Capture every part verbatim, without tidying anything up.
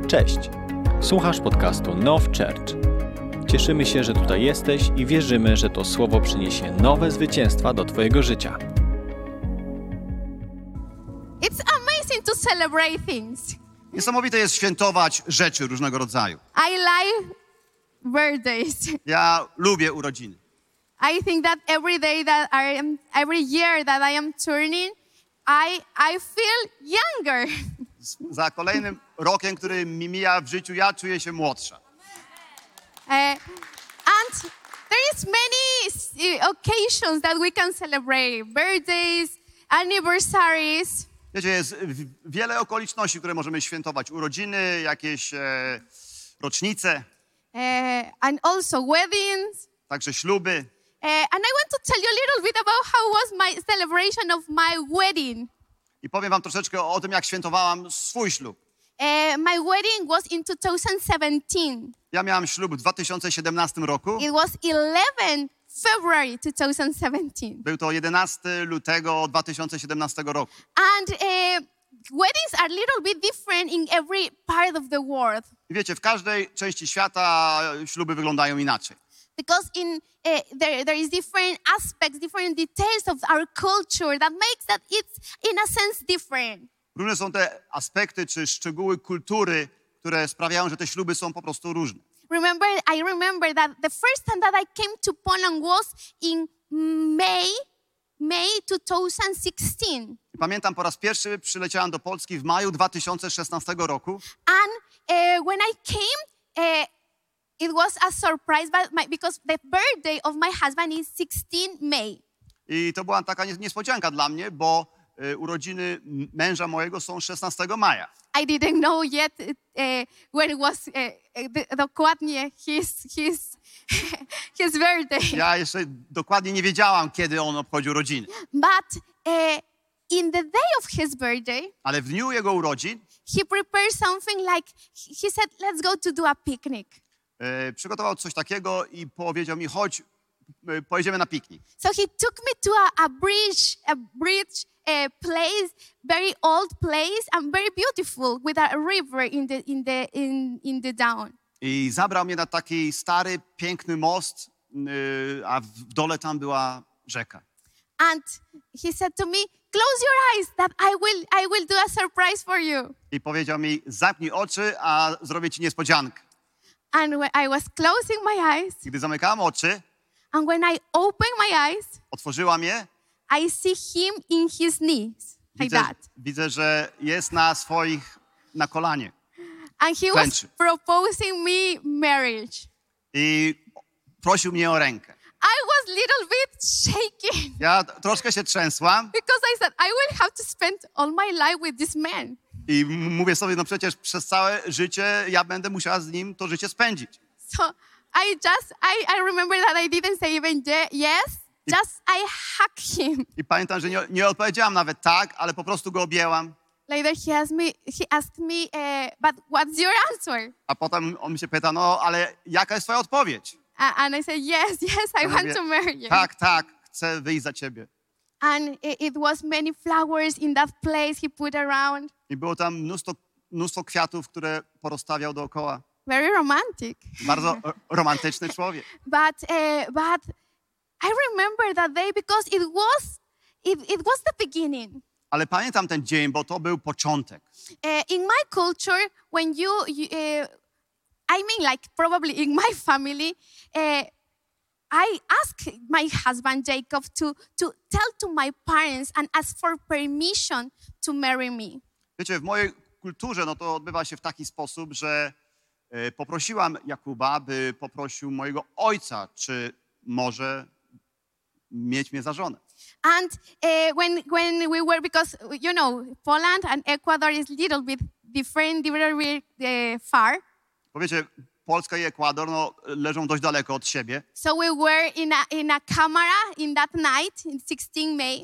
Cześć! Słuchasz podcastu Now Church. Cieszymy się, że tutaj jesteś i wierzymy, że to słowo przyniesie nowe zwycięstwa do Twojego życia. It's amazing to celebrate things. Niesamowite jest świętować rzeczy różnego rodzaju. I like birthdays. Ja lubię urodziny. I think that every day that I am, every year that I am turning, I I feel younger. Za kolejnym rokiem, który mi mija w życiu, ja czuję się młodsza. Uh, and there is many uh, occasions that we can celebrate: birthdays, anniversaries. Wiecie, jest w- wiele okoliczności, które możemy świętować. Urodziny, jakieś e, rocznice, Uh, and also weddings. także śluby. Uh, and I want to tell you a little bit about how was my celebration of my wedding. I powiem wam troszeczkę o, o tym, jak świętowałam swój ślub. Uh, my wedding was in two thousand seventeen. Ja miałam ślub w dwa tysiące siedemnastym roku. It was eleventh February two thousand seventeen. Był to jedenastego lutego dwa tysiące siedemnastego roku. And uh, weddings are a little bit different in every part of the world. I wiecie, w każdej części świata śluby wyglądają inaczej. Because in uh, there, there is different aspects, different details of our culture that makes that it's in a sense different. Różne są te aspekty czy szczegóły kultury, które sprawiają, że te śluby są po prostu różne. Remember, I remember that the first time that I came to Poland was in May, May two thousand sixteen. I pamiętam, po raz pierwszy przyleciałam do Polski w maju dwa tysiące szesnastego roku. And uh, when I came, uh, it was a surprise, but my, because the birthday of my husband is sixteenth May. I to była taka nies- niespodzianka dla mnie, bo e, urodziny m- męża mojego są szesnastego maja. I didn't know yet uh, when it was uh, uh, the- dokładnie his his his birthday. Ja jeszcze dokładnie nie wiedziałam, kiedy on obchodził urodziny. But uh, in the day of his birthday, Ale w dniu jego urodzin he prepared something like he said, "Let's go to do a picnic." e, przygotował coś takiego i powiedział mi, chodź, e, pojedziemy na piknik. So he took me to a, a bridge, a bridge uh, place, very old place and very beautiful, with a river in the in the in in the down. I zabrał mnie na taki stary, piękny most, y, a w dole tam była rzeka. And he said to me, "Close your eyes, that I will I will do a surprise for you." I powiedział mi, zamknij oczy, a zrobię ci niespodziankę. And when I was closing my eyes, Gdy zamykałam oczy, and when I opened my eyes, otworzyłam je, I see him in his knees, like widzę, that. widzę, że jest na swoich, na kolanie. And he was Klęczy. proposing me marriage. I prosił mnie o rękę. I was little bit shaking Ja t- troszkę się trzęsłam because I said, I will have to spend all my life with this man. i m- mówię sobie, no przecież przez całe życie ja będę musiała z nim to życie spędzić. So I just, I, I remember that I didn't say even ye- yes, just I hugged him. I pamiętam, że nie, nie odpowiedziałam nawet tak, ale po prostu go objęłam. Later he asked me, he asked me, uh, but what's your answer? A potem on mi się pyta, no ale jaka jest twoja odpowiedź? A- and I said, yes, yes, I Ja want mówię, to marry you. Tak, tak, chcę wyjść za ciebie. And it, it was many flowers in that place he put around. I było tam mnóstwo, mnóstwo kwiatów, które porozstawiał dookoła. Very romantic. Bardzo e, romantyczny człowiek. But uh, but I remember that day because it was it, it was the beginning. Ale pamiętam ten dzień, bo to był początek. Uh, in my culture, when you, you uh, I mean, like probably in my family, uh, I asked my husband Jacob to to tell to my parents and ask for permission to marry me. Wiecie, w mojej kulturze no to odbywa się w taki sposób, że e, poprosiłam Jakuba, by poprosił mojego ojca, czy może mieć mnie za żonę. And uh, when when we were, because you know Poland and Ecuador is little bit different, different bit uh, far. Powiecie, Polska i Ekwador no, leżą dość daleko od siebie. So we were in a in a camera in that night, in sixteenth May.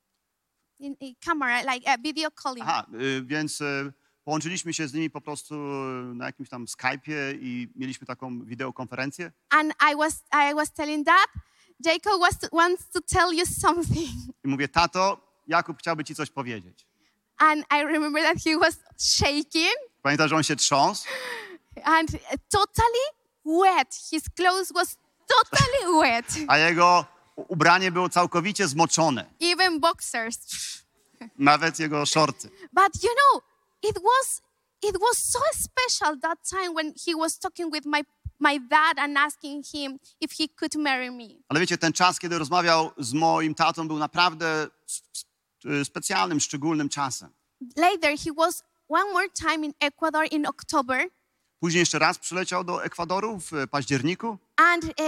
In a camera, like a video calling. Aha, y, więc y, połączyliśmy się z nimi po prostu na jakimś tam Skype'ie i mieliśmy taką wideokonferencję. And I was I was telling Dad, Jacob was to, wants to tell you something. I mówię, tato, Jakub chciałby ci coś powiedzieć. And I remember that he was shaking. Pamiętasz, że on się trząsł? and uh, totally wet. His clothes was totally wet. A jego ubranie było całkowicie zmoczone. Even boxers. Nawet jego shorty. But you know, it was it was so special that time when he was talking with my my dad and asking him if he could marry me. Ale wiecie, ten czas, kiedy rozmawiał z moim tatą, był naprawdę sp- specjalnym, szczególnym czasem. Later, he was one more time in Ecuador in October, Później jeszcze raz przyleciał do Ekwadoru w październiku and uh,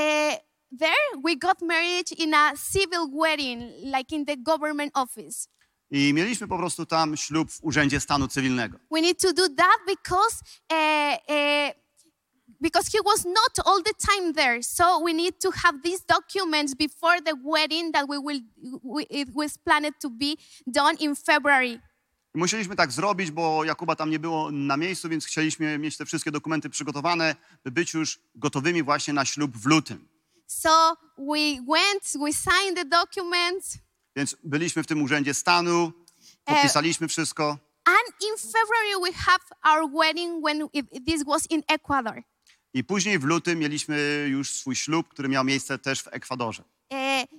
there we got married in a civil wedding, like in the government office. i mieliśmy po prostu tam ślub w Urzędzie Stanu Cywilnego. We need to do that because uh, uh, because he was not all the time there. So we need to have these documents before the wedding that we will we, it was planned to be done in February. I musieliśmy tak zrobić, bo Jakuba tam nie było na miejscu, więc chcieliśmy mieć te wszystkie dokumenty przygotowane, by być już gotowymi właśnie na ślub w lutym. So we went, we signed the documents, Więc byliśmy w tym Urzędzie Stanu, podpisaliśmy wszystko and in February we have our wedding when it, this was in Ecuador. i później w lutym mieliśmy już swój ślub, który miał miejsce też w Ekwadorze. Uh,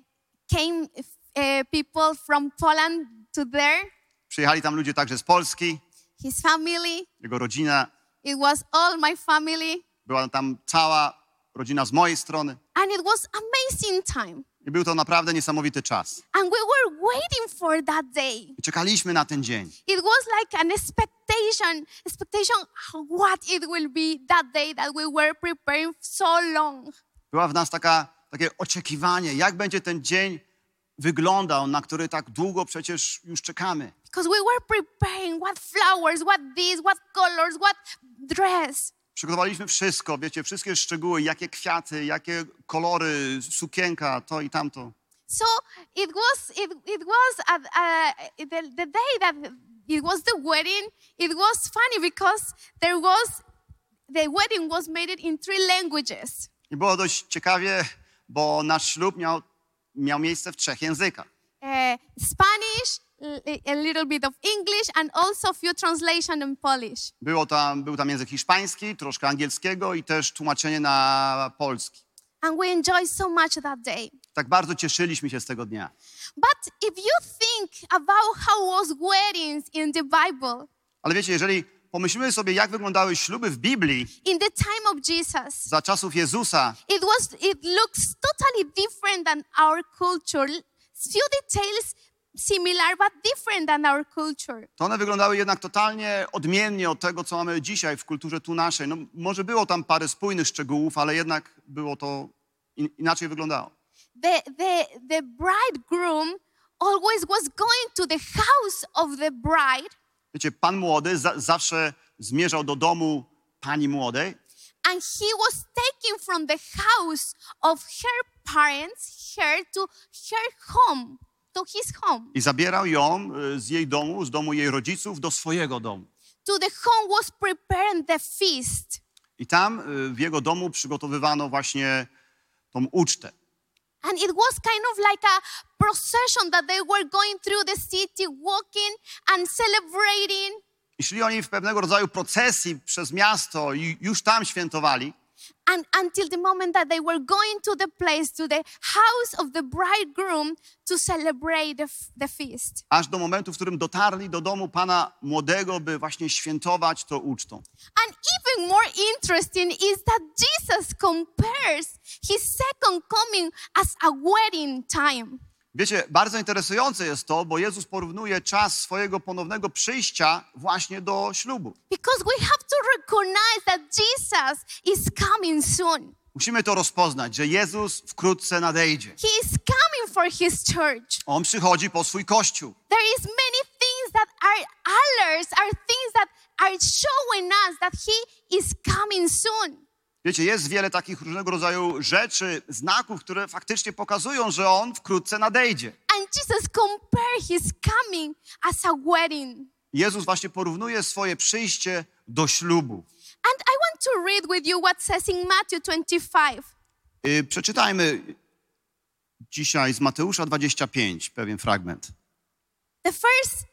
came uh, people from Poland to there, Przyjechali tam ludzie także z Polski, his family. jego rodzina, It was all my family. była tam cała rodzina z mojej strony And it was amazing time. i był to naprawdę niesamowity czas. And we were waiting for that day. I czekaliśmy na ten dzień. It was like an expectation, expectation what it will be that day that we were preparing so long. Była w nas taka, takie oczekiwanie, jak będzie ten dzień wyglądał, na który tak długo przecież już czekamy. Because we were preparing what flowers, what this, what colors, what dress. Przygotowaliśmy wszystko, wiecie, wszystkie szczegóły, jakie kwiaty, jakie kolory, sukienka, to i tamto. So it was it, it was at, uh, the, the day that it was the wedding. It was funny because there was the wedding was made in three languages. I było dość ciekawie, bo nasz ślub miał, miał miejsce w trzech językach. Uh, Spanish, l- a little bit of English, and also a few translation in Polish. Było tam, był tam język hiszpański, troszkę angielskiego i też tłumaczenie na polski. And we enjoyed so much that day. Tak bardzo cieszyliśmy się z tego dnia. But if you think about how was weddings in the Bible, Ale wiecie, jeżeli pomyślimy sobie, jak wyglądały śluby w Biblii in the time of Jesus, za czasów Jezusa, it was it looks totally different than our culture. Few details similar but different than our culture. to one wyglądały jednak totalnie odmiennie od tego, co mamy dzisiaj w kulturze tu naszej. No, może było tam parę spójnych szczegółów, ale jednak było to in, inaczej wyglądało. The the the bridegroom always was going to the house of the bride, Wiecie, pan młody za, zawsze zmierzał do domu pani młodej and he was taken from the house of her parents her to her home, to his home. i zabierał ją y, z jej domu, z domu jej rodziców do swojego domu. To the home was preparing the feast. I tam y, w jego domu przygotowywano właśnie tą ucztę. And it was kind of like a procession that they were going through the city, walking and celebrating. I szli oni w pewnego rodzaju procesji przez miasto i już tam świętowali. And until the moment that they were going to the place, to the house of the bridegroom to celebrate the, f- the feast. Aż do momentu, w którym dotarli do domu pana młodego, by właśnie świętować to ucztą. And even more interesting is that Jesus compares his second coming as a wedding time. Wiecie, bardzo interesujące jest to, bo Jezus porównuje czas swojego ponownego przyjścia właśnie do ślubu. Because we have to recognize that Jesus is coming soon. Musimy to rozpoznać, że Jezus wkrótce nadejdzie. He is coming for his church. On przychodzi po swój Kościół. There is many things that are alerts, are things that are showing us that he is coming soon. Wiecie, jest wiele takich różnego rodzaju rzeczy, znaków, które faktycznie pokazują, że On wkrótce nadejdzie. And Jesus compared his coming as a wedding. Jezus właśnie porównuje swoje przyjście do ślubu. And I want to read with you what says in Matthew twenty-five. Yy, przeczytajmy dzisiaj z Mateusza dwudziestego piątego pewien fragment. The first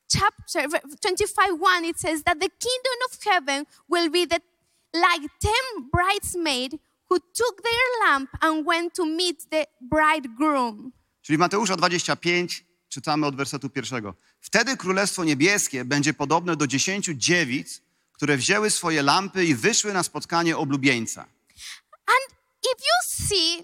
chapter twenty-five one, it says that the kingdom of heaven will be the, like ten bridesmaids who took their lamp and went to meet the bridegroom. Czyli w Mateusza dwadzieścia pięć czytamy od wersetu pierwszego. Wtedy Królestwo Niebieskie będzie podobne do dziesięciu dziewic, które wzięły swoje lampy i wyszły na spotkanie oblubieńca. And if you see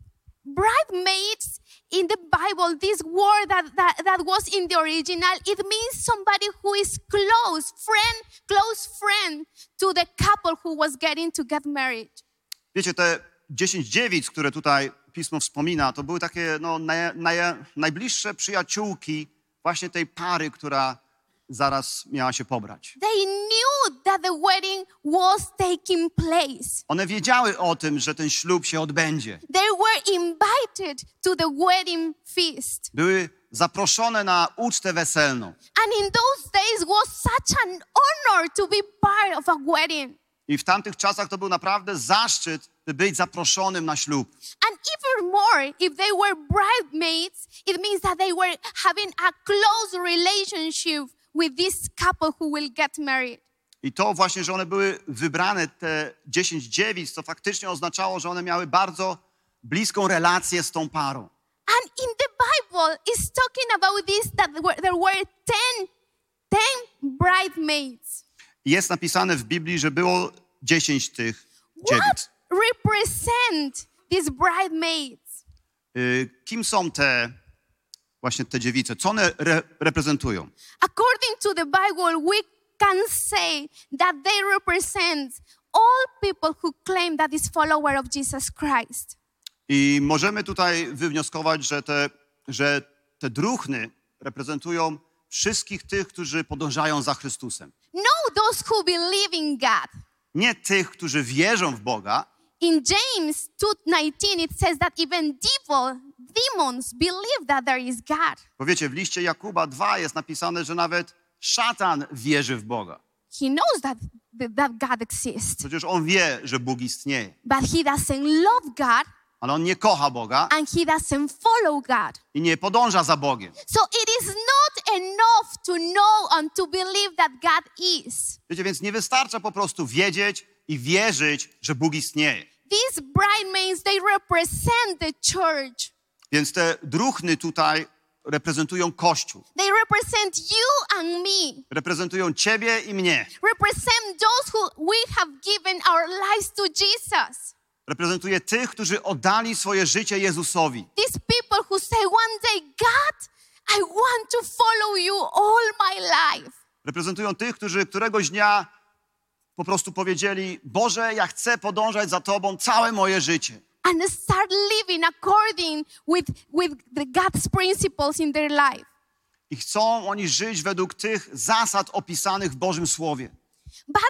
bridesmaids in the Bible, this word that, that, that was in the original, it means somebody who is close, friend, close friend to the couple who was getting to get married. Wiecie, te dziesięć dziewic, które tutaj Pismo wspomina, to były takie no, naj, naj, najbliższe przyjaciółki właśnie tej pary, która zaraz miała się pobrać. They knew that the wedding was taking place. One wiedziały o tym, że ten ślub się odbędzie. They were invited to the wedding feast. Były zaproszone na ucztę weselną. And in those days was such an honor to be part of a wedding. I w tamtych czasach to był naprawdę zaszczyt, by być zaproszonym na ślub. And even more, if they were bridesmaids, it means that they were having a close relationship with this couple who will get married. I to właśnie, że one były wybrane, te dziesięć dziewic, to faktycznie oznaczało, że one miały bardzo bliską relację z tą parą. And in the Bible, it's talking about this, that there were, there were ten, ten bridesmaids. Jest napisane w Biblii, że było dziesięć tych dziewic. What represent these bridesmaids? Y, kim są te właśnie te dziewice? Co one re- reprezentują? According to the Bible, we can say that they represent all people who claim that is follower of Jesus Christ. I możemy tutaj wywnioskować, że te, że te druhny reprezentują wszystkich tych, którzy podążają za Chrystusem. No, those who believe in God. Nie tych, którzy wierzą w Boga. In James two nineteen, it says that even devil, demons believe that there is God. Bo wiecie, w liście Jakuba dwa jest napisane, że nawet szatan wierzy w Boga. He knows that, that God exists, Przecież on wie, że Bóg istnieje. but he doesn't love God Ale on nie kocha Boga and he doesn't follow God. i nie podąża za Bogiem. So it is not enough to know and to believe that God is. Wiecie, więc nie wystarcza po prostu wiedzieć i wierzyć, że Bóg istnieje. These bridesmaids, they represent the church. Więc te druhny tutaj reprezentują Kościół. They represent you and me. Reprezentują ciebie i mnie. Represent those who we have given our lives to Jesus. Reprezentuje tych, którzy oddali swoje życie Jezusowi. These people who say one day, God, I want to follow you all my life. Reprezentują tych, którzy któregoś dnia po prostu powiedzieli: Boże, ja chcę podążać za Tobą całe moje życie. And start living according with, with the God's principles in their life. I chcą oni żyć według tych zasad opisanych w Bożym Słowie. But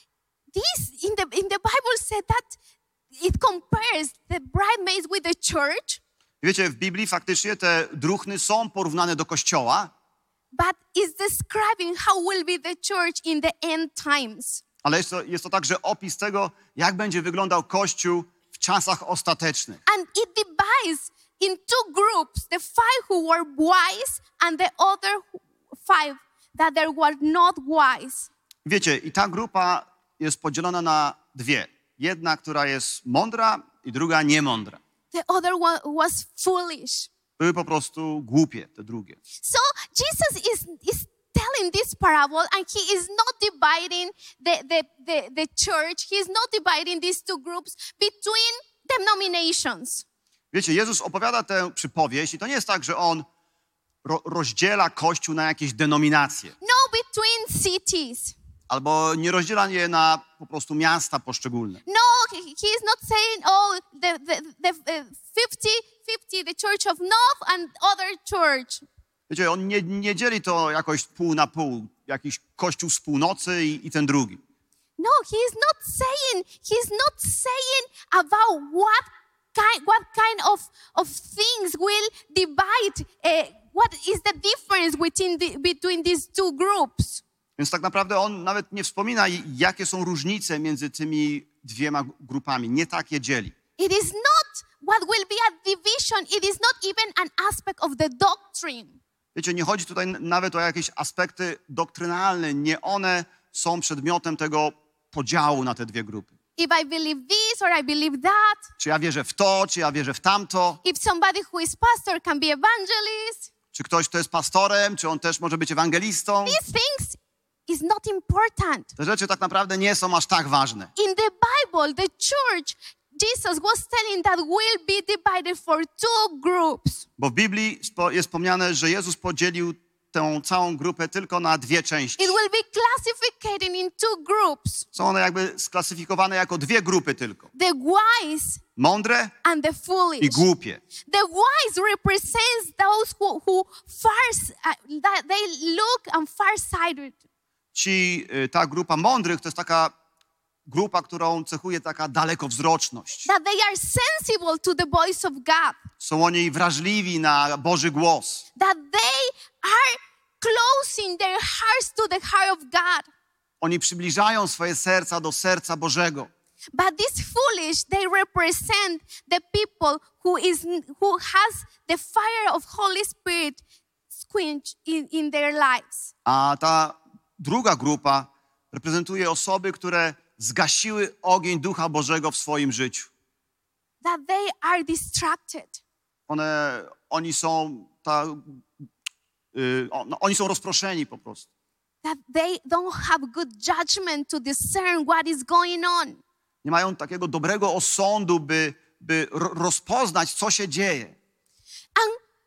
this, in the, in the Bible said that it compares the bridesmaids with the church. Wiecie, w Biblii faktycznie te druhny są porównane do Kościoła, But it's describing how will be the church in the end times. ale jest to, jest to także opis tego, jak będzie wyglądał Kościół w czasach ostatecznych. And it divides in two groups, the five who were wise and the other five that they were not wise. Wiecie, i ta grupa jest podzielona na dwie. Jedna, która jest mądra i druga niemądra. The other one was foolish. Były po prostu głupie, te drugie. So Jesus is, is telling this parable and he is not dividing the, the, the, the church. He is not dividing these two groups between denominations. Wiecie, Jezus opowiada tę przypowieść i to nie jest tak, że On ro- rozdziela Kościół na jakieś denominacje. No between cities. Albo nie rozdziela je na po prostu miasta poszczególne. No, he, he is not saying, oh, the, the, the uh, fifty fifty, the church of North and other church. Wiecie, On nie, nie dzieli to jakoś pół na pół. Jakiś Kościół z północy i, i ten drugi. No, he is not saying, he is not saying about what kind, what kind of, of things will divide, uh, what is the difference between, the, between these two groups. Więc tak naprawdę On nawet nie wspomina, jakie są różnice między tymi dwiema grupami. Nie tak je dzieli. It is not what will be a division. It is not even an aspect of the doctrine. Wiecie, nie chodzi tutaj nawet o jakieś aspekty doktrynalne. Nie one są przedmiotem tego podziału na te dwie grupy. If I believe this or I believe that. Czy ja wierzę w to, czy ja wierzę w tamto. If somebody who is pastor can be evangelist. Czy ktoś, kto jest pastorem, czy on też może być ewangelistą. These things is not important. Te rzeczy tak naprawdę nie są aż tak ważne. In the Bible, the church, Jesus was telling that we'll be divided for two groups. Bo w Biblii spo- jest wspomniane, że Jezus podzielił tę całą grupę tylko na dwie części. It will be classified in two groups. Są one jakby sklasyfikowane jako dwie grupy tylko. The wise Mądre and the i foolish. głupie. The wise represents those who, who far, uh, that they look and far-sighted. Ci, y, ta grupa mądrych to jest taka grupa, którą cechuje taka dalekowzroczność. That they are sensible to the voice of God. Są oni wrażliwi na Boży głos. That they are closing their hearts to the heart of God. Oni przybliżają swoje serca do serca Bożego. But this foolish, they represent the people who is who has the fire of Holy Spirit quenched in, in their lives. A ta druga grupa reprezentuje osoby, które zgasiły ogień Ducha Bożego w swoim życiu. That they are distracted. One, oni są ta, y, no, oni są rozproszeni po prostu. That they don't have good judgment to discern what is going on. Nie mają takiego dobrego osądu, by, by ro- rozpoznać, co się dzieje. And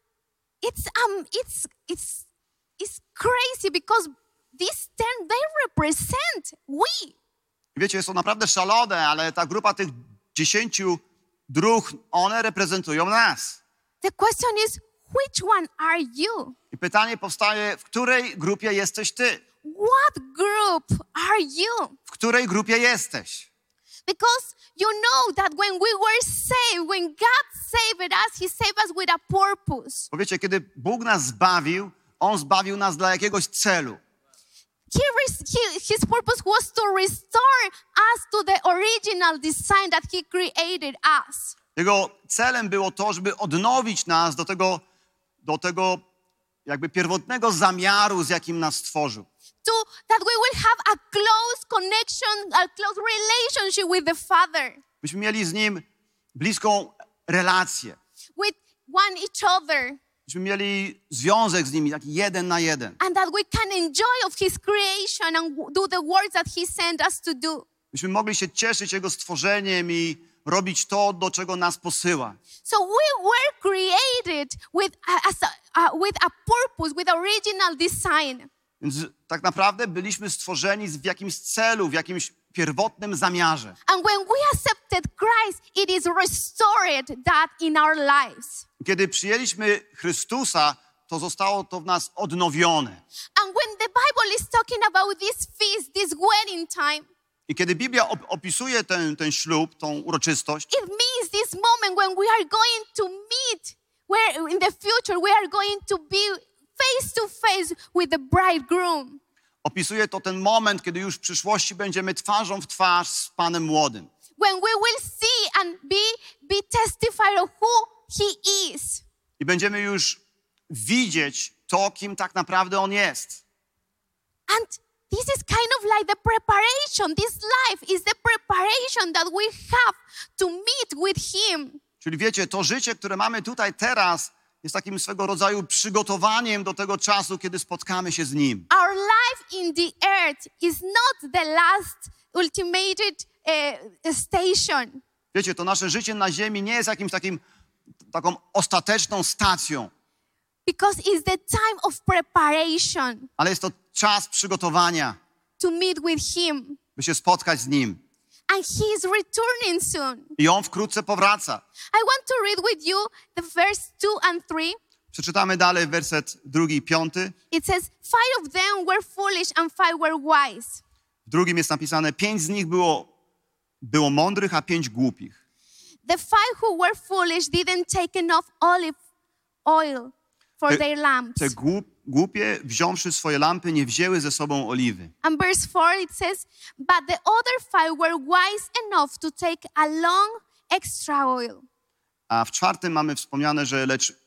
it's um it's it's it's crazy because these ten they represent we. Wiecie, jest to naprawdę szalone, ale ta grupa tych dziesięciu dróg, one reprezentują nas. The question is, which one are you? I pytanie powstaje, w której grupie jesteś ty? What group are you? W której grupie jesteś? Because you know that when we were saved, when God saved us, He saved us with a purpose. Bo wiecie, kiedy Bóg nas zbawił, On zbawił nas dla jakiegoś celu. He, he, his purpose was to restore us to the original design that He created us. Jego celem było to, żeby odnowić nas do tego, do tego jakby pierwotnego zamiaru, z jakim nas stworzył. To, that we will have a close connection, a close relationship with the Father. Byśmy mieli z Nim bliską relację. With one each other. Byśmy mieli związek z Nim, taki jeden na jeden. And that we can enjoy of His creation and do the works that He sent us to do. Byśmy mogli się cieszyć Jego stworzeniem i robić to, do czego nas posyła. So we were created with a, as a, uh, with a purpose, with original design. Więc tak naprawdę byliśmy stworzeni w jakimś celu, w jakimś pierwotnym zamiarze. And when we accepted Christ, it is restored that in our lives. Kiedy przyjęliśmy Chrystusa, to zostało to w nas odnowione. And when the Bible is talking about this feast, this wedding time, I kiedy Biblia op- opisuje ten, ten ślub, tą uroczystość, it means this moment when we are going to meet, where in the future we are going to be face to face with the bridegroom. opisuje to ten moment, kiedy już w przyszłości będziemy twarzą w twarz z Panem Młodym. When we will see and be, be testified of who He is. I będziemy już widzieć to, kim tak naprawdę On jest. And this is kind of like the preparation. This life is the preparation that we have to meet with Him. Czyli wiecie, to życie, które mamy tutaj teraz, jest takim swego rodzaju przygotowaniem do tego czasu, kiedy spotkamy się z Nim. Our life in the earth is not the last ultimated uh, station. Wiecie, to nasze życie na ziemi nie jest jakimś takim, taką ostateczną stacją, Because it's the time of preparation ale jest to czas przygotowania, to meet with Him. by się spotkać z Nim. And He is returning soon. I On wkrótce powraca. I want to read with you the verse two and three. Przeczytamy dalej werset drugi i piąty. It says, five of them were foolish and five were wise. W drugim jest napisane, pięć z nich było, było mądrych, a pięć głupich. The five who were foolish didn't take enough olive oil for Te, their lamps. te głup, głupie, wziąwszy swoje lampy, nie wzięły ze sobą oliwy. And verse four, it says, but the other five were wise enough to take along extra oil. A w czwartym mamy wspomniane, że lecz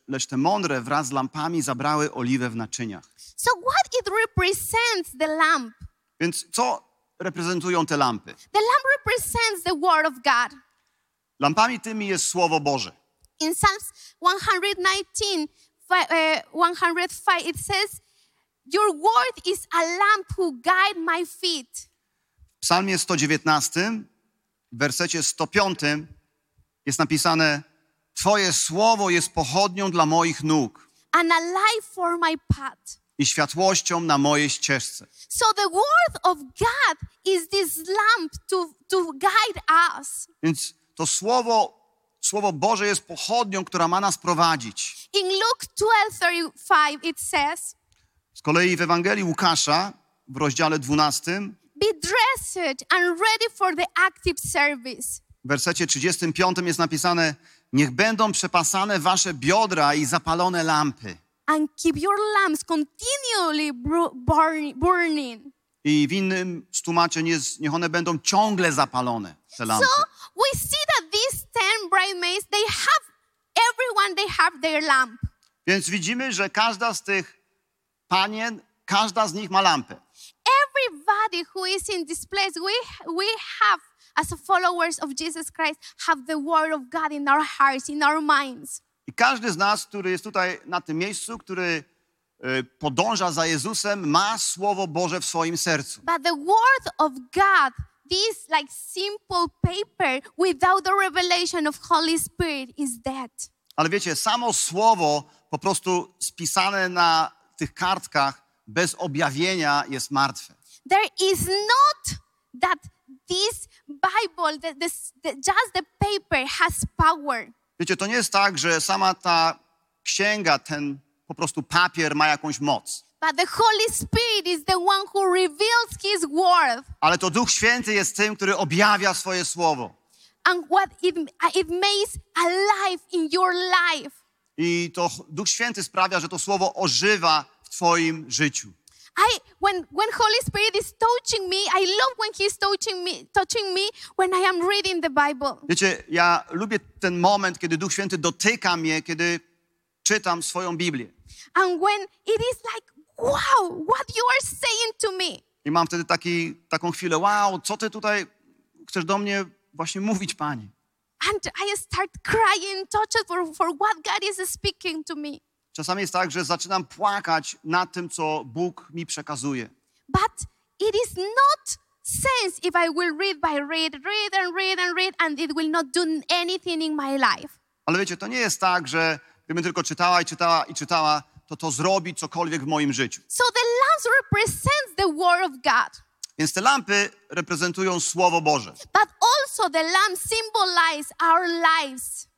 lecz te mądre wraz z lampami zabrały oliwę w naczyniach. So what it represents, the lamp? Więc co reprezentują te lampy? The lamp represents the word of God. Lampami tymi jest Słowo Boże. In Psalms one nineteen, fi- uh, one oh five, it says, your word is a lamp who guide my feet. W Psalmie sto dziewiętnastym, w wersecie sto piątym jest napisane: Twoje słowo jest pochodnią dla moich nóg And a light for my path. i światłością na mojej ścieżce. So the word of God is this lamp to, to guide us. Więc to słowo, słowo Boże jest pochodnią, która ma nas prowadzić. In Luke twelve thirty-five it says, Z kolei w Ewangelii Łukasza w rozdziale dwunastym, be dressed and ready for the active service. w wersecie trzydziestym piątym jest napisane: niech będą przepasane wasze biodra i zapalone lampy. And keep your lamps continually bru- burn- burning. I w innym tłumaczeniu jest: niech one będą ciągle zapalone, te lampy. So we see that these ten bridesmaids, they have, everyone they have their lamp. Więc widzimy, że każda z tych panien, każda z nich ma lampę. Everybody who is in this place, we, we have, as followers of Jesus Christ, have the word of God in our hearts, in our minds. I każdy z nas, który jest tutaj na tym miejscu, który y, podąża za Jezusem, ma Słowo Boże w swoim sercu. But the word of God, this like simple paper without the revelation of Holy Spirit is dead. Ale wiecie, samo Słowo po prostu spisane na tych kartkach bez objawienia jest martwe. There is not that this Bible, that this, the, just the paper has power. Wiecie, to nie jest tak, że sama ta księga, ten po prostu papier ma jakąś moc. But the Holy Spirit is the one who reveals His word. Ale to Duch Święty jest tym, który objawia swoje Słowo. And what it, it makes alive in your life. I to Duch Święty sprawia, że to Słowo ożywa w twoim życiu. I when when Holy Spirit is touching me, I love when He's touching me, touching me when I am reading the Bible. Wiecie, ja lubię ten moment, kiedy Duch Święty dotyka mnie, kiedy czytam swoją Biblię. And when it is like, wow, what you are saying to me. I mam wtedy taki, taką chwilę: wow, co ty tutaj chcesz do mnie właśnie mówić, Panie? And I start crying, touched for, for what God is speaking to me. Czasami jest tak, że zaczynam płakać nad tym, co Bóg mi przekazuje. But it is not sense if I will read by read, read and read and read, and it will not do anything in my life. Ale wiecie, to nie jest tak, że gdybym tylko czytała i czytała i czytała, to to zrobi cokolwiek w moim życiu. So the lamps represents the word of God. Więc te lampy reprezentują Słowo Boże. But also the lamp symbolize our lives.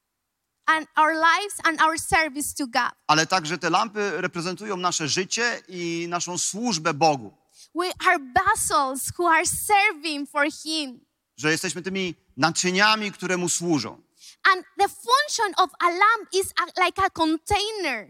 And our lives and our service to God. Ale także te lampy reprezentują nasze życie i naszą służbę Bogu. We are vessels who are serving for Him. Że jesteśmy tymi naczyniami, które Mu służą. And the function of a lamp is a, like a container.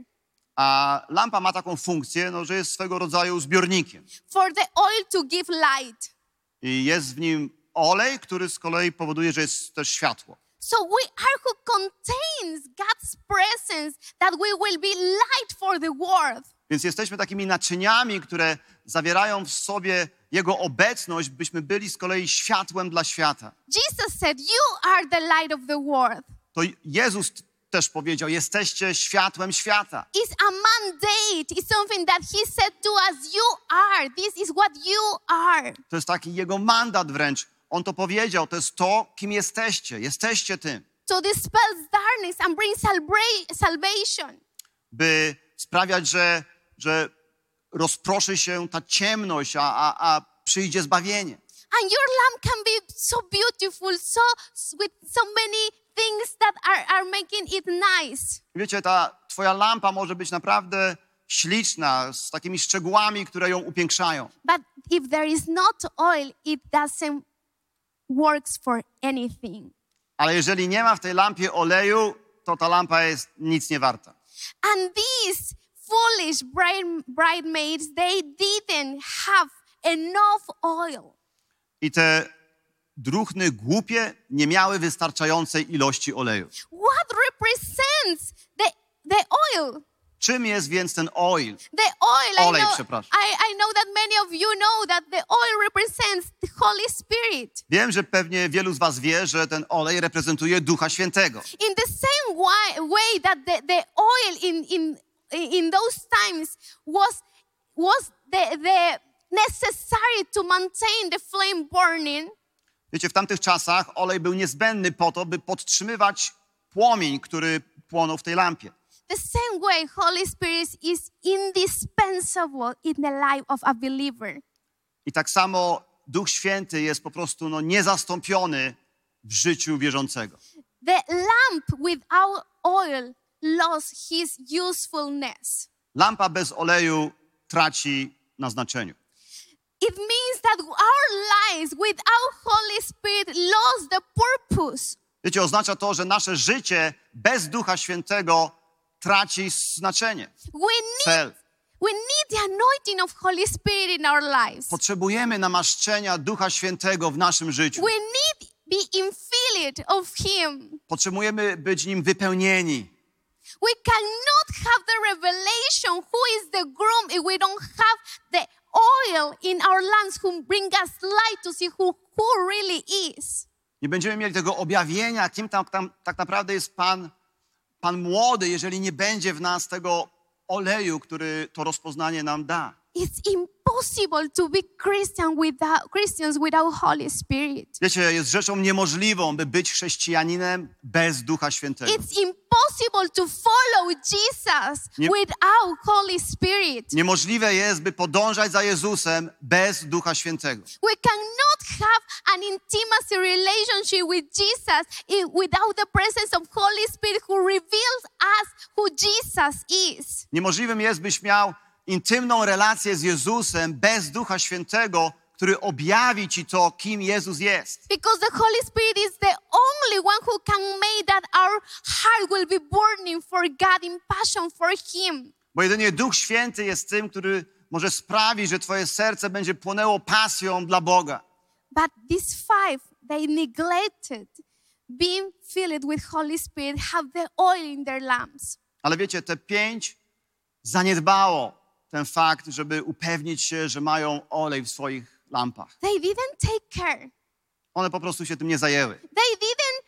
A lampa ma taką funkcję, no, że jest swego rodzaju zbiornikiem. For the oil to give light. I jest w nim olej, który z kolei powoduje, że jest też światło. So we are who contains God's presence, that we will be light for the world. Więc jesteśmy takimi naczyniami, które zawierają w sobie Jego obecność, byśmy byli z kolei światłem dla świata. Jesus said, you are the light of the world. To Jezus też powiedział: jesteście światłem świata. It's a mandate. It's something that He said to us, you are. This is what you are. To jest taki Jego mandat wręcz. On to powiedział, to jest to, kim jesteście. Jesteście tym. To dispel darkness and bring salva- salvation. By sprawiać, że, że rozproszy się ta ciemność, a, a, a przyjdzie zbawienie. And your lamp can be so beautiful, so with so many things that are, are making it nice. Wiecie, ta twoja lampa może być naprawdę śliczna, z takimi szczegółami, które ją upiększają. But if there is not oil, it doesn't works for anything. Ale jeżeli nie ma w tej lampie oleju, to ta lampa jest nic nie warta. And these foolish bride, bridesmaids, they didn't have enough oil. I te druhny głupie nie miały wystarczającej ilości oleju. What represents the the oil. Czym jest więc ten oil? The oil, Olej, I, know, przepraszam. I, I know that many of you know that the oil represents the Holy Spirit. Wiem, że pewnie wielu z was wie, że ten olej reprezentuje Ducha Świętego. In the same way, way that the, the oil in, in, in those times was, was the, the necessary to maintain the flame burning, Wiecie, w tamtych czasach olej był niezbędny po to, by podtrzymywać płomień, który płonął w tej lampie. the same way Holy Spirit is indispensable in the life of a believer. I tak samo Duch Święty jest po prostu no, niezastąpiony w życiu wierzącego. The lamp without oil lost his usefulness. Lampa bez oleju traci na znaczeniu. It means that our lives without Holy Spirit lost the purpose. Wiecie, oznacza to, że nasze życie bez Ducha Świętego traci znaczenie, We need, cel. we need the anointing of Holy Spirit in our lives. Potrzebujemy namaszczenia Ducha Świętego w naszym życiu. We need be infilled of Him. Potrzebujemy być nim wypełnieni. We cannot have the revelation who is the groom if we don't have the oil in our lamps who bring us light to see who, who really is. Nie będziemy mieli tego objawienia, kim tam, tam tak naprawdę jest Pan, Pan młody, jeżeli nie będzie w nas tego oleju, który to rozpoznanie nam da. It's impossible to be Christian without, Christians without Holy Spirit. Wiecie, jest rzeczą niemożliwą, by być chrześcijaninem bez Ducha Świętego. It's impossible to follow Jesus Nie- without Holy Spirit. Niemożliwe jest, by podążać za Jezusem bez Ducha Świętego. We cannot have an intimacy relationship with Jesus if, without the presence of Holy Spirit who reveals us who Jesus is. Niemożliwym jest, byś miał intymną relację z Jezusem bez Ducha Świętego, który objawi ci to, kim Jezus jest. Because the Holy Spirit is the only one who can make that our heart will be burning for God in passion for Him. Bo jedynie Duch Święty jest tym, który może sprawić, że twoje serce będzie płonęło pasją dla Boga. But these five, they neglected being filled with Holy Spirit, have the oil in their lamps. Ale wiecie, te pięć zaniedbało ten fakt, żeby upewnić się, że mają olej w swoich lampach. They didn't take care. One po prostu się tym nie zajęły. They didn't,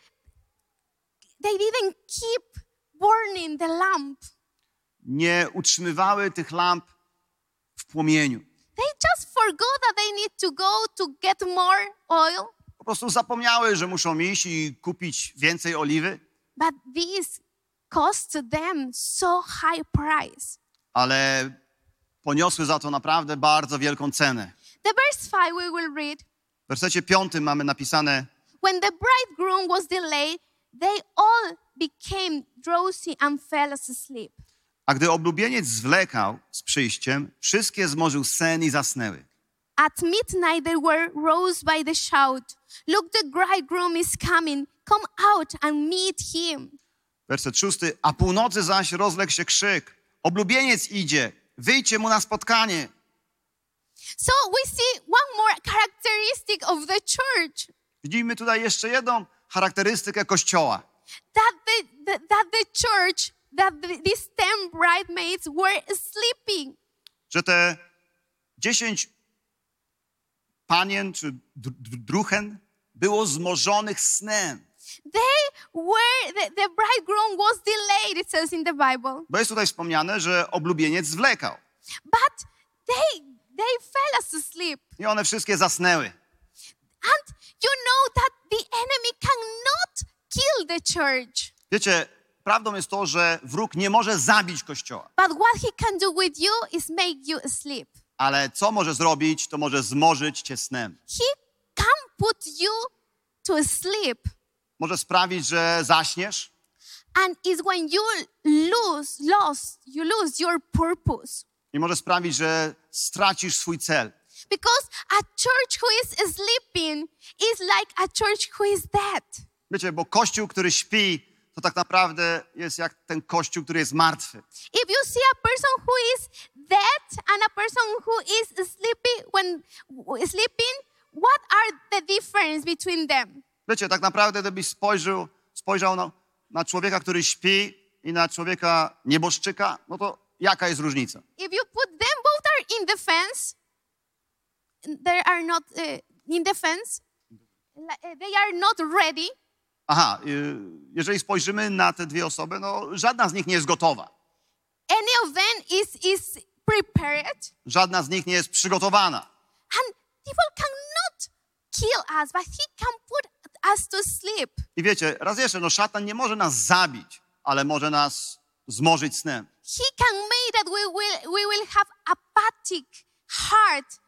they didn't keep burning the lamp. Nie utrzymywały tych lamp w płomieniu. They just forgot that they need to go to get more oil. Po prostu zapomniały, że muszą iść i kupić więcej oliwy, But this cost them so high price. ale poniosły za to naprawdę bardzo wielką cenę. The verse five we will read. W wersecie piątym mamy napisane: When the bridegroom was delayed, they all became drowsy and fell asleep. a gdy oblubieniec zwlekał z przyjściem, wszystkie zmorzył sen i zasnęły. At midnight they were rose by the shout, "Look, the bridegroom is coming. Come out and meet him." Werset szósty. A północy zaś rozległ się krzyk: oblubieniec idzie, wyjdźcie mu na spotkanie. So we see one more characteristic of the church, Widzimy tutaj jeszcze jedną charakterystykę Kościoła. that the, the that the church, that the, these ten bridesmaids were sleeping. Że te dziesięć panien czy dr- dr- druchen było zmorzonych snem. They were the, the bridegroom was delayed, it says in the Bible. Bo jest tutaj wspomniane, że oblubieniec zwlekał. But they they fell asleep. I one wszystkie zasnęły. And you know that the enemy cannot kill the church. Wiecie, prawdą jest to, że wróg nie może zabić Kościoła. But what he can do with you is make you asleep. Ale co może zrobić, to może zmorzyć cię snem. He can put you to sleep. Może sprawić, że zaśniesz, And it's when you lose, lost, you lose your purpose. i może sprawić, że stracisz swój cel. Because a church who is sleeping is like a church who is dead. Wiecie, bo Kościół, który śpi, to tak naprawdę jest jak ten Kościół, który jest martwy. If you see a person who is dead and a person who is sleepy when sleeping, what are the difference between them? Wiecie, tak naprawdę gdybyś spojrzał, spojrzał na, na człowieka, który śpi i na człowieka nieboszczyka, no to jaka jest różnica? If you put them both are in the fence, they are not uh, in the fence. Like, uh, they are not ready. Aha, y, jeżeli spojrzymy na te dwie osoby, no żadna z nich nie jest gotowa. Any of them is is prepared, Żadna z nich nie jest przygotowana. and devil cannot kill us, but he can put us to sleep. I wiecie, raz jeszcze, no szatan nie może nas zabić, ale może nas zmorzyć snem. He can make that we will we will have apathic heart,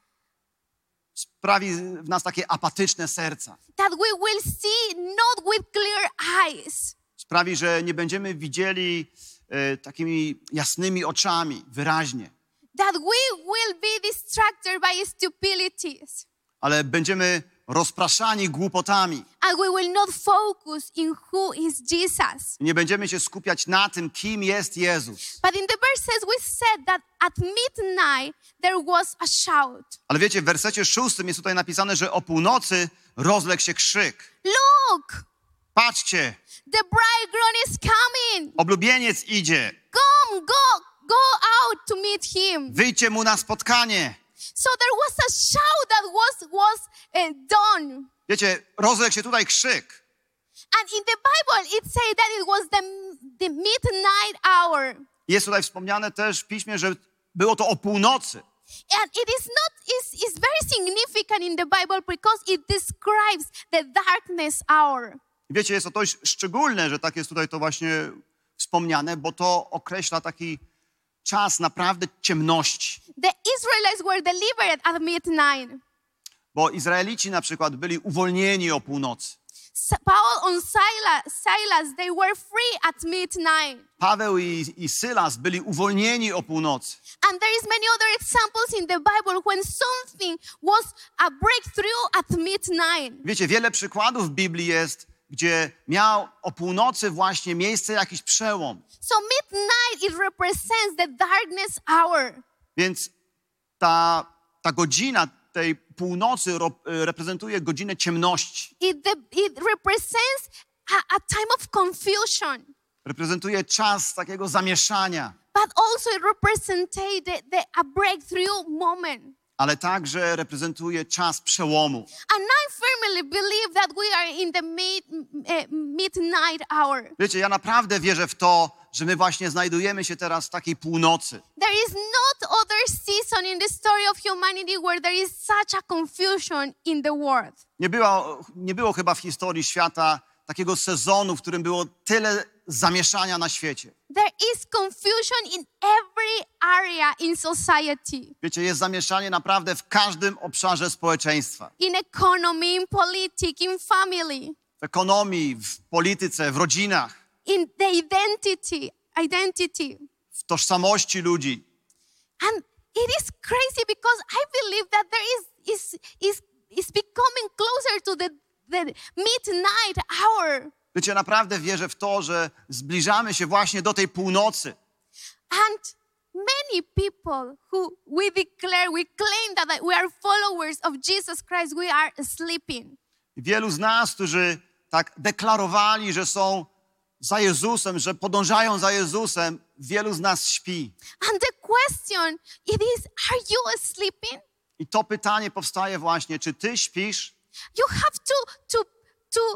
Sprawi w nas takie apatyczne serca. that we will see not with clear eyes, Sprawi, że nie będziemy widzieli e, takimi jasnymi oczami, wyraźnie, that we will be distracted by stupidities, ale będziemy rozpraszani głupotami. and we will not focus in who is Jesus. Nie będziemy się skupiać na tym, kim jest Jezus. But in the verses we said that at midnight there was a shout. Ale wiecie, w wersecie szóstym jest tutaj napisane, że o północy rozległ się krzyk. Look, Patrzcie, the bridegroom is coming. oblubieniec idzie. Come, go, go out to meet him. Wyjdźcie mu na spotkanie. So there was a shout that was was uh, done. Wiecie, rozległ się tutaj krzyk. And in the Bible it said that it was the, the midnight hour. Jest tutaj wspomniane też w piśmie, że było to o północy. And it is not, is is very significant in the Bible because it describes the darkness hour. Wiecie, jest to dość szczególne, że tak jest tutaj to właśnie wspomniane, bo to określa taki czas naprawdę ciemności. The Israelites were delivered at midnight. Bo Izraelici na przykład byli uwolnieni o północy. S- Paul and Silas, Silas, they were free at midnight. Paweł i, i Sylas byli uwolnieni o północy. And there is many other examples in the Bible when something was a breakthrough at midnight. Wiecie, wiele przykładów w Biblii jest, gdzie miał o północy właśnie miejsce jakiś przełom. So midnight, it represents the darkness hour. Więc ta, ta godzina tej północy ro, reprezentuje godzinę ciemności. It, the, it represents a, a time of confusion, Reprezentuje czas takiego zamieszania, but also it represents the, the, a breakthrough moment. ale także reprezentuje czas przełomu. And I firmly believe that we are in the mid, uh, midnight hour. Wiecie, ja naprawdę wierzę w to, że my właśnie znajdujemy się teraz w takiej północy. There is not other season in the story of humanity where there is such a confusion in the world. Nie było, nie było chyba w historii świata takiego sezonu, w którym było tyle zamieszania na świecie. There is confusion in every area in society. Wiecie, jest zamieszanie naprawdę w każdym obszarze społeczeństwa. In economy, in politics, in family, W ekonomii, w polityce, w rodzinach, in the identity, identity. w tożsamości ludzi. And it is crazy because I believe that there is is is is becoming closer to the, the midnight hour. Wiecie, naprawdę wierzę w to, że zbliżamy się właśnie do tej północy. And many people who we declare, we claim that we are followers of Jesus Christ, we are sleeping. I wielu z nas, którzy tak deklarowali, że są za Jezusem, że podążają za Jezusem, wielu z nas śpi. And the question it is, are you sleeping? I to pytanie powstaje właśnie, czy ty śpisz? You have to to to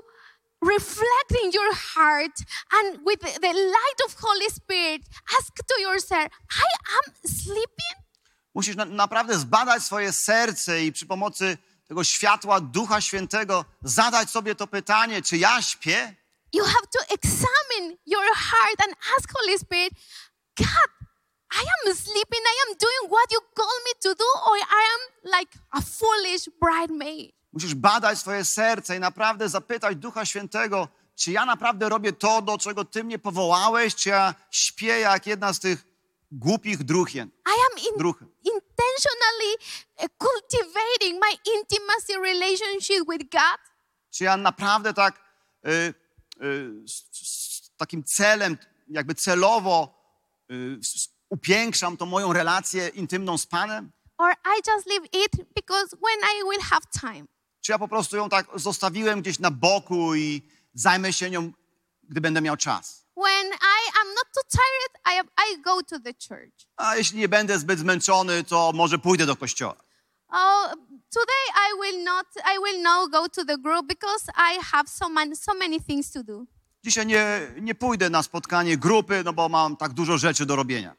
reflect in your heart and with the, the light of Holy Spirit ask to yourself, I am sleeping? Musisz na, naprawdę zbadać swoje serce i przy pomocy tego światła Ducha Świętego zadać sobie to pytanie, czy ja śpię? You have to examine your heart and ask Holy Spirit, God, I am sleeping, I am doing what you call me to do, or I am like a foolish bridesmaid. Musisz badać swoje serce i naprawdę zapytać Ducha Świętego, czy ja naprawdę robię to, do czego Ty mnie powołałeś, czy ja śpię jak jedna z tych głupich druhien. I am in, Druchen. intentionally uh, cultivating my intimacy relationship with God. Czy ja naprawdę tak y, y, z, z takim celem, jakby celowo y, s- upiększam tą moją relację intymną z Panem? Or I just leave it because when I will have time. Czy ja po prostu ją tak zostawiłem gdzieś na boku i zajmę się nią, gdy będę miał czas? when I am not too tired, I, am, I go to the church. A jeśli nie będę zbyt zmęczony, to może pójdę do kościoła. Oh, today I will not. I will not go to the group because I have so many, so many things to do. Dzisiaj nie, nie pójdę na spotkanie grupy, no bo mam tak dużo rzeczy do robienia.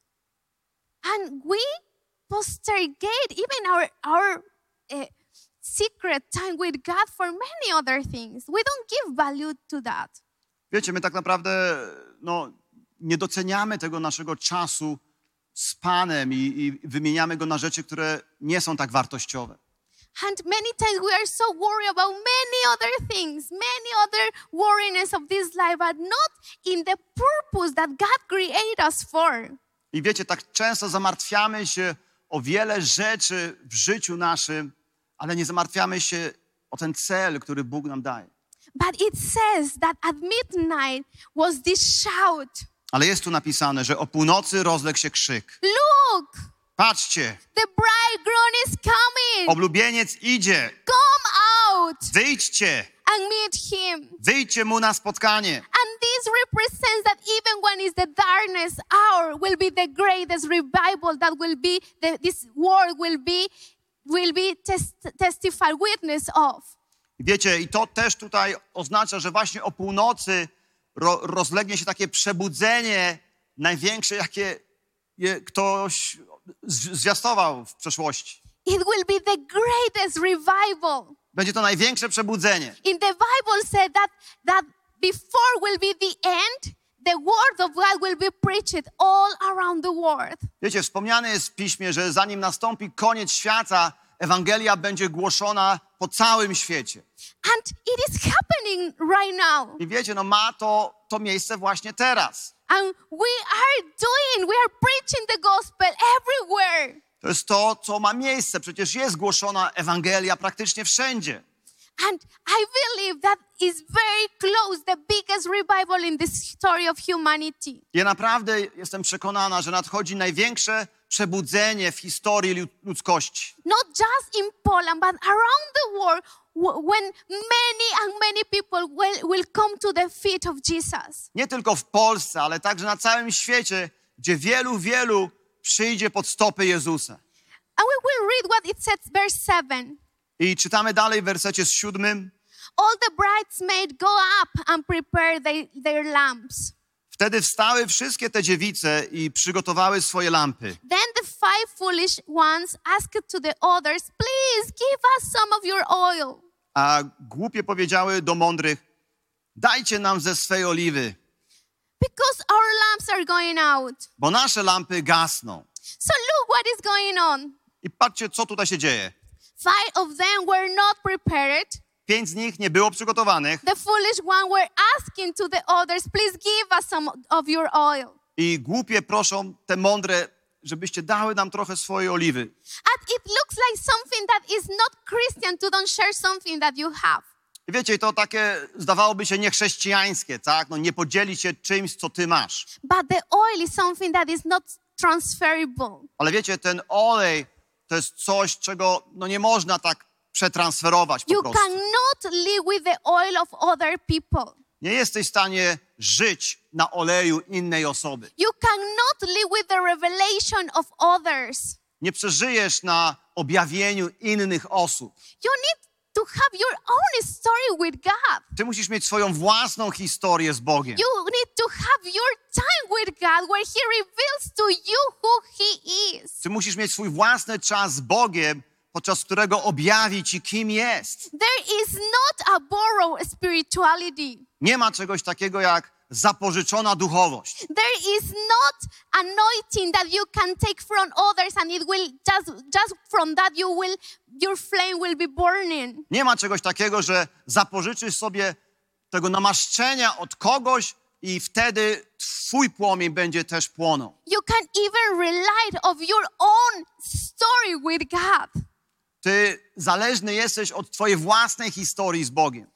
And we postergate even our our uh, secret time with God for many other things. We don't give value to that. Wiecie, my tak naprawdę no, nie doceniamy tego naszego czasu z Panem i, i wymieniamy go na rzeczy, które nie są tak wartościowe. And many times we are so worried about many other things, many other worriness of this life, but not in the purpose that God created us for. I wiecie, tak często zamartwiamy się o wiele rzeczy w życiu naszym, ale nie zamartwiamy się o ten cel, który Bóg nam daje. But it says that at midnight was this shout. Ale jest tu napisane, że o północy rozległ się krzyk. Look, Patrzcie, the bridegroom is coming. oblubieniec idzie, Come out wyjdźcie, and meet him. wyjdźcie mu na spotkanie. And this represents that even when it's the darkness hour will be the greatest revival that will be, the, this world will be, will be test, testified witness of. Wiecie, i to też tutaj oznacza, że właśnie o północy ro, rozlegnie się takie przebudzenie największe, jakie je ktoś z- zwiastował w przeszłości. It will be the greatest revival. Będzie to największe przebudzenie. In the Bible said that, that before will be the end, the word of God will be preached all around the world. Wiecie, wspomniane jest w Piśmie, że zanim nastąpi koniec świata, Ewangelia będzie głoszona po całym świecie. And it is happening right now. I wiecie, no ma to, to miejsce właśnie teraz. And we are doing, we are preaching the gospel everywhere. To jest to, co ma miejsce. Przecież jest głoszona Ewangelia praktycznie wszędzie. And I believe that is very close, the biggest revival in the story of humanity. Ja naprawdę jestem przekonana, że nadchodzi największe przebudzenie w historii lu- ludzkości. Not just in Poland, but around the world, w- when many and many people will, will come to the feet of Jesus. Nie tylko w Polsce, ale także na całym świecie, gdzie wielu, wielu przyjdzie pod stopy Jezusa. And we will read what it says, verse seven. I czytamy dalej w wersecie z siódmym. All the bridesmaids go up and prepare their, their lamps. Wtedy wstały wszystkie te dziewice i przygotowały swoje lampy. Then the five foolish ones asked to the others, please give us some of your oil. A głupie powiedziały do mądrych, dajcie nam ze swej oliwy, Because our lamps are going out. bo nasze lampy gasną. So look what is going on. I patrzcie, co tutaj się dzieje. Five of them were not prepared. Pięć z nich nie było przygotowanych The foolish one were asking to the others, please give us some of your oil. i głupie proszą te mądre, żebyście dały nam trochę swojej oliwy. And it looks like something that is not Christian to don't share something that you have. I wiecie, to takie zdawałoby się niechrześcijańskie, tak? No nie podzielić się czymś, co ty masz. But the oil is something that is not transferable. Ale wiecie, ten olej to jest coś, czego no nie można tak przetransferować po You prostu. cannot live with the oil of other people. Nie jesteś w stanie żyć na oleju innej osoby. You cannot live with the revelation of others. Nie przeżyjesz na objawieniu innych osób. You need to have your own story with God. Ty musisz mieć swoją własną historię z Bogiem. You need to have your time with God where He reveals to you who He is. Ty musisz mieć swój własny czas z Bogiem, podczas którego objawi ci, kim jest. There is not a borrowed spirituality. Nie ma czegoś takiego jak zapożyczona duchowość. There is not anointing that you can take from others and it will just just from that you will your flame will be burning. Nie ma czegoś takiego, że zapożyczysz sobie tego namaszczenia od kogoś i wtedy twój płomień będzie też płonął. You can even rely of your own story with God. Ty zależny jesteś od twojej własnej historii z Bogiem.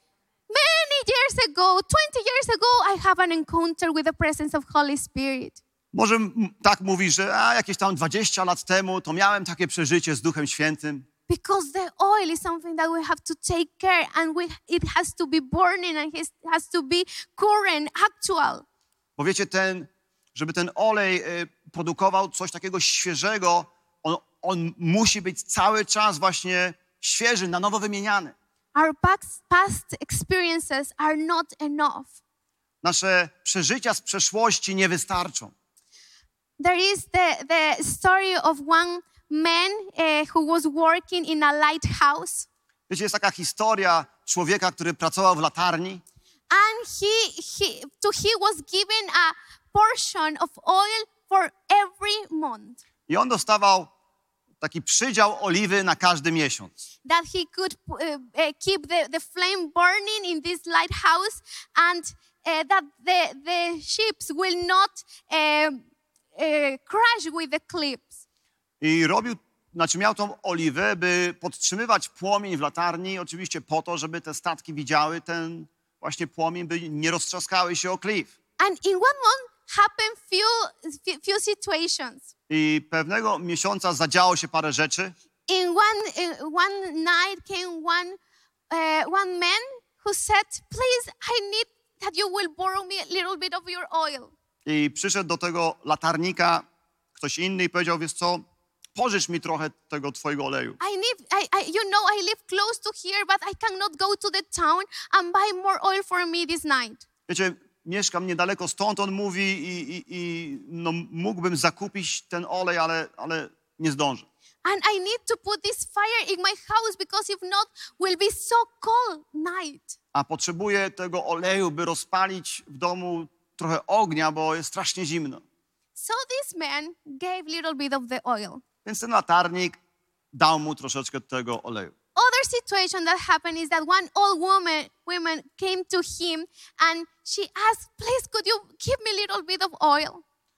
Many years ago, twenty years ago, I have an encounter with the presence of Holy Spirit. Może m- tak mówisz, że a, jakieś tam dwadzieścia lat temu to miałem takie przeżycie z Duchem Świętym. Because the oil is something that we have to take care and we, it has to be burning and it has to be current, actual. Bo wiecie, ten, żeby ten olej y, produkował coś takiego świeżego, on, on musi być cały czas właśnie świeży, na nowo wymieniany. Our past, past experiences are not enough. Nasze przeżycia z przeszłości nie wystarczą. There is the, the story of one man uh, who was working in a lighthouse. Wiecie, jest taka historia człowieka, który pracował w latarni And he, he, to he was given a portion of oil for every month. i on dostawał taki przydział oliwy na każdy miesiąc. That he could uh, uh, keep the, the flame burning in this lighthouse and uh, that the, the ships will not uh, uh, crash with the cliffs. I robił, znaczy miał tą oliwę, by podtrzymywać płomień w latarni, oczywiście po to, żeby te statki widziały ten właśnie płomień, by nie roztrzaskały się o klif. And in one month happened few, few situations. I pewnego miesiąca zadziało się parę rzeczy. In one, uh, one night came one, uh, one man who said, please, I need that you will borrow me a little bit of your oil. I przyszedł do tego latarnika ktoś inny i powiedział, wiesz co, pożycz mi trochę tego twojego oleju. I need, I, I, you know, I live close to here, but I cannot go to the town and buy more oil for me this night. Wiecie, mieszkam niedaleko stąd, on mówi i, i, i no, mógłbym zakupić ten olej, ale, ale nie zdążę. And I need to put this fire in my house because if not, will be so cold night. A potrzebuję tego oleju, by rozpalić w domu trochę ognia, bo jest strasznie zimno. So this man gave little bit of the oil. Więc ten latarnik dał mu troszeczkę tego oleju. Other situation that happened is that one old woman, woman came to him and she asked, please could you give me a little bit of oil?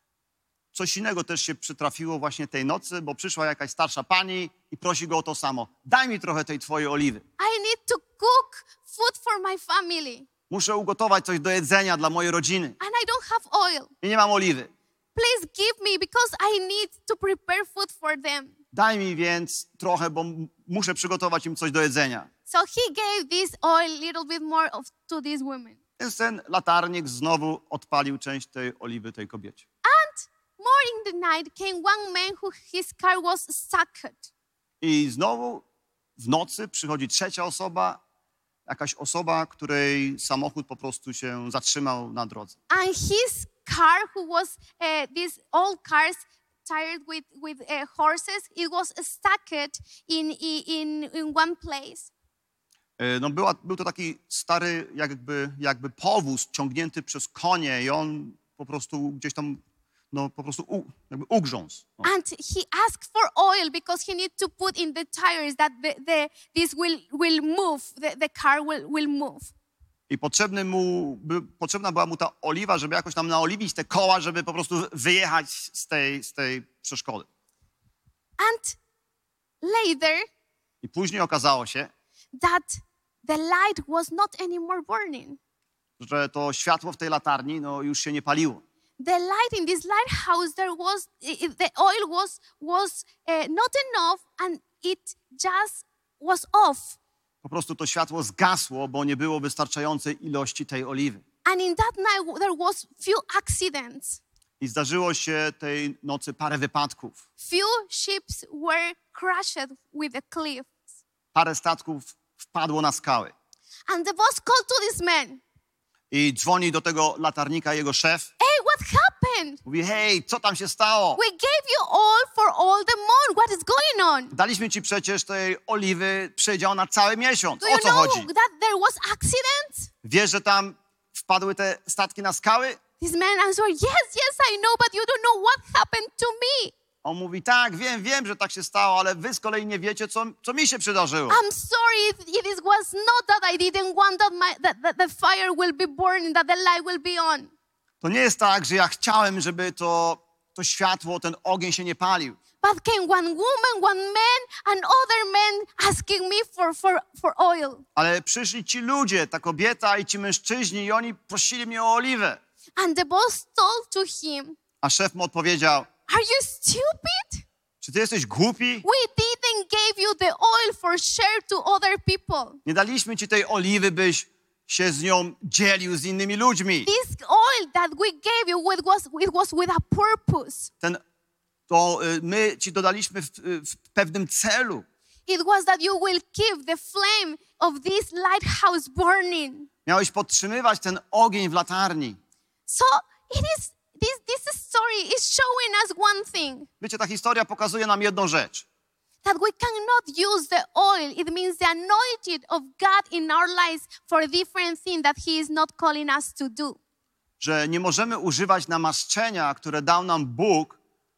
Coś innego też się przytrafiło właśnie tej nocy, bo przyszła jakaś starsza pani i prosi go o to samo. Daj mi trochę tej twojej oliwy. I need to cook food for my family Muszę ugotować coś do jedzenia dla mojej rodziny and I don't have oil. i nie mam oliwy. Please give me because I need to prepare food for them. Daj mi więc trochę, bo m- muszę przygotować im coś do jedzenia. So he gave this oil a little bit more of, to this woman. Więc ten latarnik znowu odpalił część tej oliwy tej kobiecie. And more in the night came one man who his car was stuck. I znowu w nocy przychodzi trzecia osoba, jakaś osoba, której samochód po prostu się zatrzymał na drodze. And his car, who was uh, these old cars tired with, with uh, horses, it was stuck in, in, in one place. E, No była, był to taki stary jakby, jakby powóz ciągnięty przez konie i on po prostu gdzieś tam no, po prostu u, jakby ugrzązł. No. And he asked for oil because he needed to put in the tires that the, the, this will, will move, the, the car will, will move. I potrzebny mu, by, potrzebna była mu ta oliwa, żeby jakoś tam naoliwić te koła, żeby po prostu wyjechać z tej, z tej przeszkody. And later, I później okazało się, that the light was not anymore burning. że to światło w tej latarni no, już się nie paliło. The light in this lighthouse, there was the oil was was uh, not enough, and it just was off. Po prostu to światło zgasło, bo nie było wystarczającej ilości tej oliwy. And in that night, there was few accidents. I zdarzyło się tej nocy parę wypadków. Few ships were crashed with the cliffs. Parę statków wpadło na skały. And the boss called to this man. I dzwoni do tego latarnika jego szef. Hey, what happened? Mówi, hej, co tam się stało? We gave you all for all the month. What is going on? Daliśmy ci przecież tej oliwy przydział na cały miesiąc. Do O you co know chodzi? that there was accidents? Wiesz, że tam wpadły te statki na skały? This man answered, yes, yes, I know, but you don't know what happened to me. On mówi, tak, wiem, wiem, że tak się stało, ale wy z kolei nie wiecie, co, co mi się przydarzyło. I'm sorry if it was not that I didn't want that, my, that, that the fire will be burning, that the light will be on. To nie jest tak, że ja chciałem, żeby to, to światło, ten ogień się nie palił. But came one woman, one man, and other men asking me for, for, for oil. Ale przyszli ci ludzie, ta kobieta i ci mężczyźni i oni prosili mnie o oliwę. And the boss told to him, A szef mu odpowiedział, are you stupid? czy ty jesteś głupi? We didn't give you the oil for share to other people. Nie daliśmy ci tej oliwy, byś się z nią dzielił z innymi ludźmi. This oil that we gave you, it was, it was with a purpose. Ten, to y, my ci dodaliśmy w, w pewnym celu. It was that you will keep the flame of this lighthouse burning. Miałeś podtrzymywać ten ogień w latarni. So it is this this story is showing us one thing. Wiecie, ta historia pokazuje nam jedną rzecz. That we cannot use the oil. It means the anointing of God in our lives for different things that He is not calling us to do. Że nie możemy używać namaszczenia, które dał nam Bóg,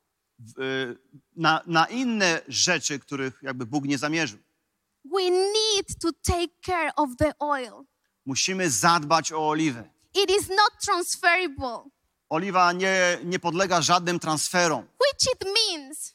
y, na, na inne rzeczy, których jakby Bóg nie zamierzył. We need to take care of the oil. Musimy zadbać o oliwę. It is not transferable, Oliwa nie, nie podlega żadnym transferom. which it means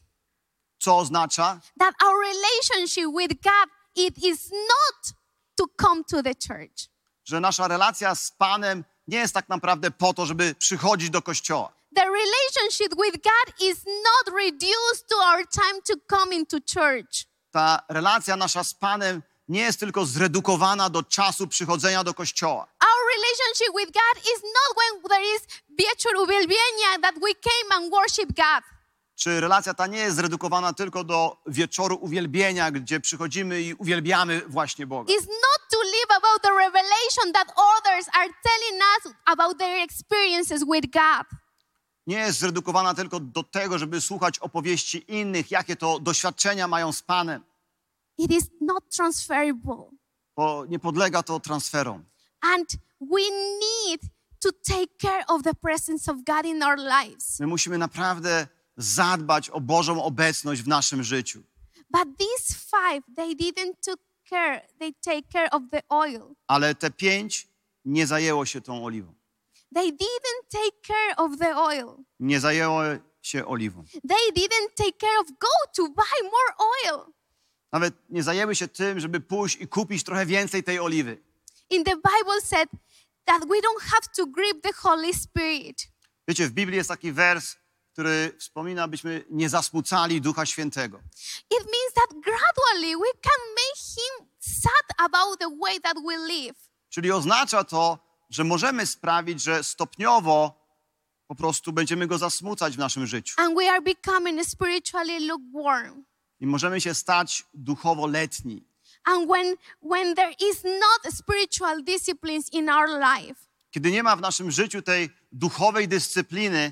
Co oznacza? that our relationship with God, it is not to come to the church. Że nasza relacja z Panem nie jest tak naprawdę po to, żeby przychodzić do kościoła. The relationship with God is not reduced to our time to come into church. Ta relacja nasza z Panem nie jest tylko zredukowana do czasu przychodzenia do kościoła. Our relationship with God is not when there is wieczór uwielbienia that we came and worship God. Czy relacja ta nie jest zredukowana tylko do wieczoru uwielbienia, gdzie przychodzimy i uwielbiamy właśnie Boga? It's not to live about the revelation that others are telling us about their experiences with God. Nie jest zredukowana tylko do tego, żeby słuchać opowieści innych, jakie to doświadczenia mają z Panem, It is not transferable. bo nie podlega to transferom. And we need to take care of the presence of God in our lives. My musimy naprawdę zadbać o Bożą obecność w naszym życiu. But these five, they didn't took care, they take care of the oil. Ale te pięć nie zajęło się tą oliwą. They didn't take care of the oil. Nie zajęło się oliwą. They didn't take care of go to buy more oil. Nawet nie zajęły się tym, żeby pójść i kupić trochę więcej tej oliwy. In the Bible said that we don't have to grieve the Holy Spirit. Wiecie, w Biblii jest taki wers, który wspomina, abyśmy nie zasmucali Ducha Świętego. It means that gradually we can make him sad about the way that we live. Czyli oznacza to, że możemy sprawić, że stopniowo po prostu będziemy go zasmucać w naszym życiu. And we are becoming spiritually lukewarm. I możemy się stać duchowo letni. And when, when there is not spiritual disciplines in our life, Kiedy nie ma w naszym życiu tej duchowej dyscypliny,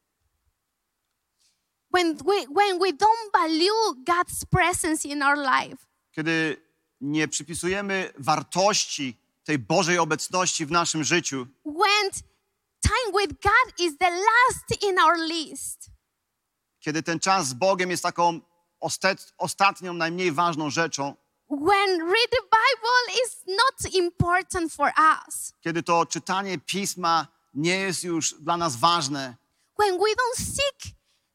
when we, when we don't value God's presence in our life, kiedy nie przypisujemy wartości tej Bożej obecności w naszym życiu, when time with God is the last in our list, kiedy ten czas z Bogiem jest taką ostat- ostatnią, najmniej ważną rzeczą, when read the Bible is not important for us, kiedy to czytanie Pisma nie jest już dla nas ważne, when we don't seek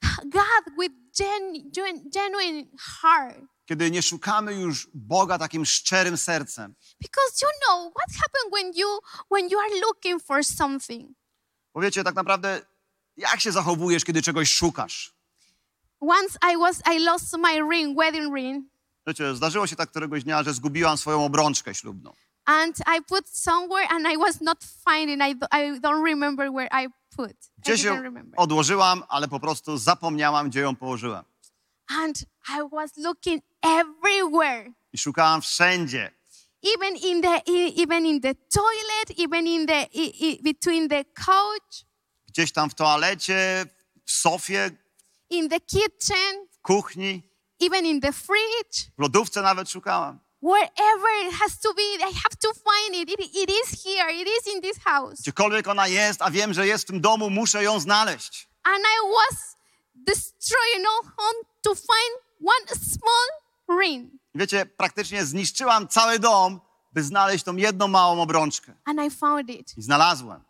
God with gen, gen, genuine heart. kiedy nie szukamy już Boga takim szczerym sercem. Because you know what happens when you when you are looking for something. Bo wiecie, tak naprawdę, jak się zachowujesz, kiedy czegoś szukasz? Once I was I lost my ring, wedding ring, Wiecie, zdarzyło się tak któregoś dnia, że zgubiłam swoją obrączkę ślubną. and I put somewhere and I was not finding. I, I don't remember where I put. I Gdzieś didn't ją remember. odłożyłam, ale po prostu zapomniałam, gdzie ją położyłam. And I was looking everywhere. I szukałam wszędzie. Even in the e- even in the toilet, even in the i- i- between the couch, Gdzieś tam w toalecie, w sofie, in the kitchen, w kuchni, even in the fridge. w lodówce nawet szukałam. Wherever it has to be, I have to find it. It, it is here. It is in this house. Gdziekolwiek ona jest, a wiem, że jest w tym domu, muszę ją znaleźć. And I was destroying no home to find one small ring. Wiecie, praktycznie zniszczyłam cały dom, by znaleźć tą jedną małą obrączkę. And I found it. I znalazłem.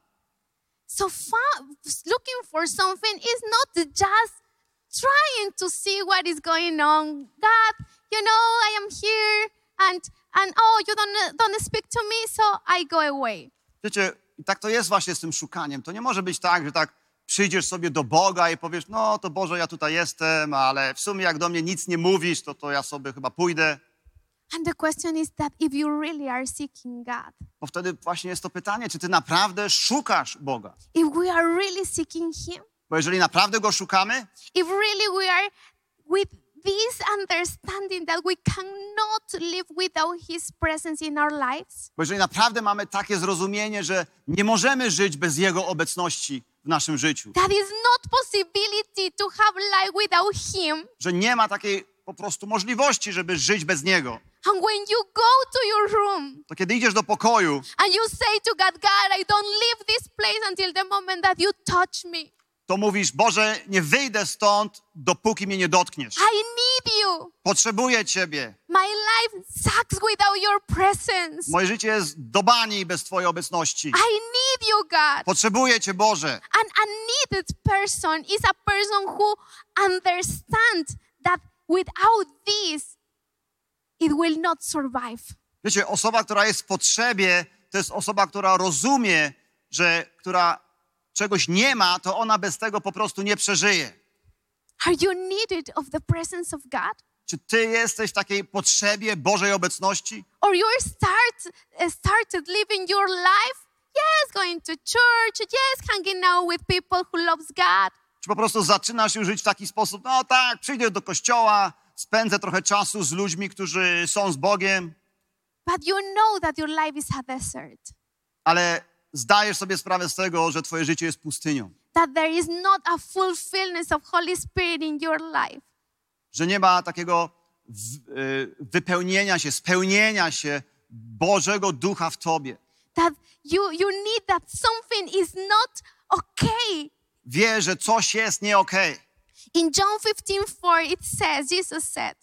So fa- looking for something is not just trying to see what is going on. God, you know, I am here, and and oh, you don't don't speak to me, so I go away. Wiecie, i tak to jest właśnie z tym szukaniem. To nie może być tak, że tak przyjdziesz sobie do Boga i powiesz, no to Boże, ja tutaj jestem, ale w sumie jak do mnie nic nie mówisz, to, to ja sobie chyba pójdę. And the question is that if you really are seeking God, Bo wtedy właśnie jest to pytanie, czy ty naprawdę szukasz Boga? if we are really seeking Him, Bo jeżeli naprawdę Go szukamy, if really we are with this understanding that we cannot live without His presence in our lives, bo jeżeli naprawdę mamy takie zrozumienie, że nie możemy żyć bez Jego obecności w naszym życiu, that is not possibility to have life without Him. że nie ma takiej po prostu możliwości, żeby żyć bez Niego, And when you go to your room to kiedy idziesz do pokoju and you say to God, God, I don't leave this place until the moment that you touch me. to mówisz, Boże, nie wyjdę stąd, dopóki mnie nie dotkniesz. I need you. Potrzebuję Ciebie. My life sucks without your presence. Moje życie jest do bani bez Twojej obecności. I need you, God. Potrzebuję Cię, Boże. An unneeded person is a person who understands that without this, it will not survive. Wiecie, osoba, która jest w potrzebie, to jest osoba, która rozumie, że która czegoś nie ma, to ona bez tego po prostu nie przeżyje. Are you needed of the presence of God? Czy ty jesteś w takiej potrzebie Bożej obecności? Or you start uh, started living your life? Yes, going to church. Yes, hanging out with people who loves God. Czy po prostu zaczynasz już żyć w taki sposób, no tak, przyjdę do kościoła, spędzę trochę czasu z ludźmi, którzy są z Bogiem, But you know that your life is a desert. ale zdajesz sobie sprawę z tego, że twoje życie jest pustynią. That there is not a fulfillment of Holy Spirit in your life. Że nie ma takiego w, y, wypełnienia się, spełnienia się Bożego Ducha w tobie. That you, you need that something is not okay. Wie, że coś jest nie okej. In John fifteen four it says, Jesus said,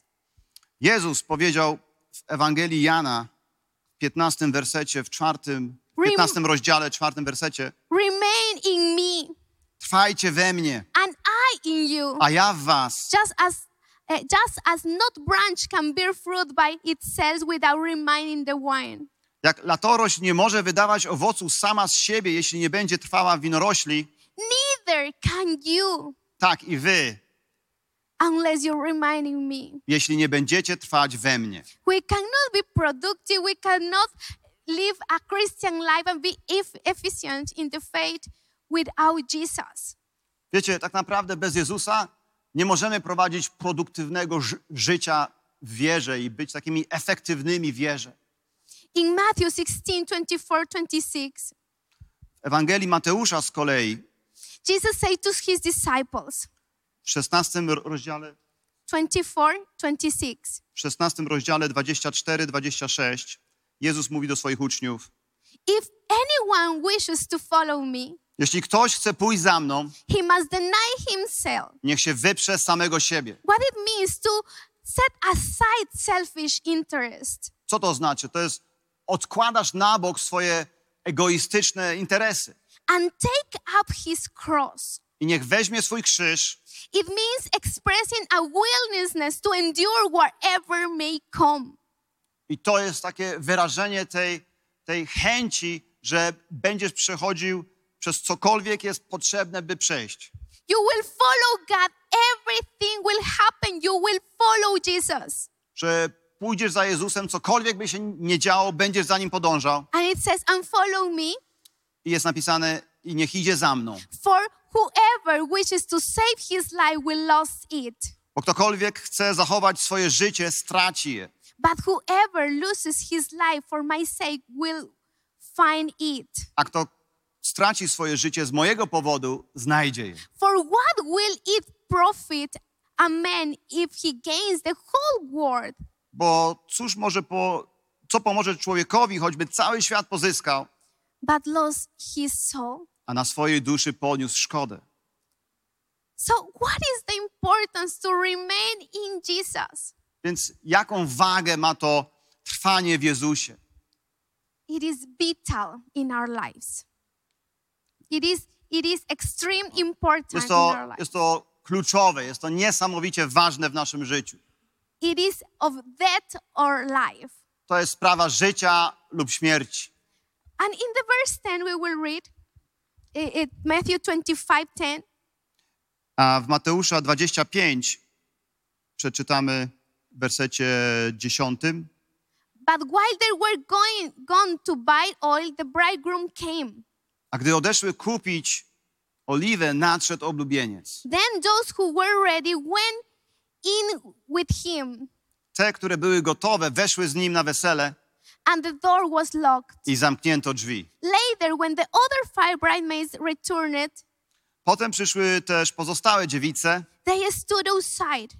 Jezus powiedział w Ewangelii Jana w piętnastym wersecie, w czwartym, piętnastym rozdziale, czwartym wersecie: remain in me trwajcie we mnie, and I in you. a ja w was. Just as uh, just as not branch can bear fruit by itself without remaining the vine. Jak latorośl nie może wydawać owocu sama z siebie, jeśli nie będzie trwała w winorośli, Neither can you tak i wy, unless you remain in me. jeśli nie będziecie trwać we mnie. We cannot be productive. We cannot live a Christian life and be eff- efficient in the faith without Jesus. Wiecie, tak naprawdę bez Jezusa nie możemy prowadzić produktywnego ży- życia w wierze i być takimi efektywnymi w wierze. In Matthew sixteen twenty-four twenty-six, W Ewangelii Mateusza z kolei, Jesus said to his disciples, w szesnastym rozdziale, twenty-four twenty-six, w szesnastym rozdziale dwadzieścia cztery dwadzieścia sześć, Jezus mówi do swoich uczniów: if anyone wishes to follow me, jeśli ktoś chce pójść za mną, he must deny himself. niech się wyprze samego siebie. What it means to set aside selfish interest Co to znaczy? To jest, odkładasz na bok swoje egoistyczne interesy and take up his cross. i niech weźmie swój krzyż. It means expressing a willingness to endure whatever may come. I to jest takie wyrażenie tej, tej chęci, że będziesz przechodził przez cokolwiek jest potrzebne, by przejść. You will follow God. Everything will happen. You will follow Jesus. Że pójdziesz za Jezusem, cokolwiek by się nie działo, będziesz za Nim podążał. And it says, and follow me, I jest napisane, i niech idzie za mną. for whoever wishes to save his life will lose it. Bo ktokolwiek chce zachować swoje życie, straci je. But whoever loses his life for my sake will find it. A kto straci swoje życie z mojego powodu, znajdzie je. For what will it profit a man if he gains the whole world Bo cóż może po, co pomoże człowiekowi, choćby cały świat pozyskał, but lose his soul? a na swojej duszy poniósł szkodę. So what is the importance to remain in Jesus? Więc jaką wagę ma to trwanie w Jezusie? It is vital in our lives. It is, it is extreme important Jest in to, our lives. jest to kluczowe, jest to niesamowicie ważne w naszym życiu. It is of death or life. To jest sprawa życia lub śmierci. And in the verse ten we will read it, it, Matthew twenty-five ten. A w Mateusza dwadzieścia pięć przeczytamy w wersecie dziesiątym. But while they were going gone to buy oil, the bridegroom came. A gdy odeszły kupić oliwę, nadszedł oblubieniec. Then those who were ready went in with him, Te, które były gotowe, weszły z nim na wesele and the door was locked. i zamknięto drzwi. Later, when the other five bridesmaids returned, Potem przyszły też pozostałe dziewice they stood outside.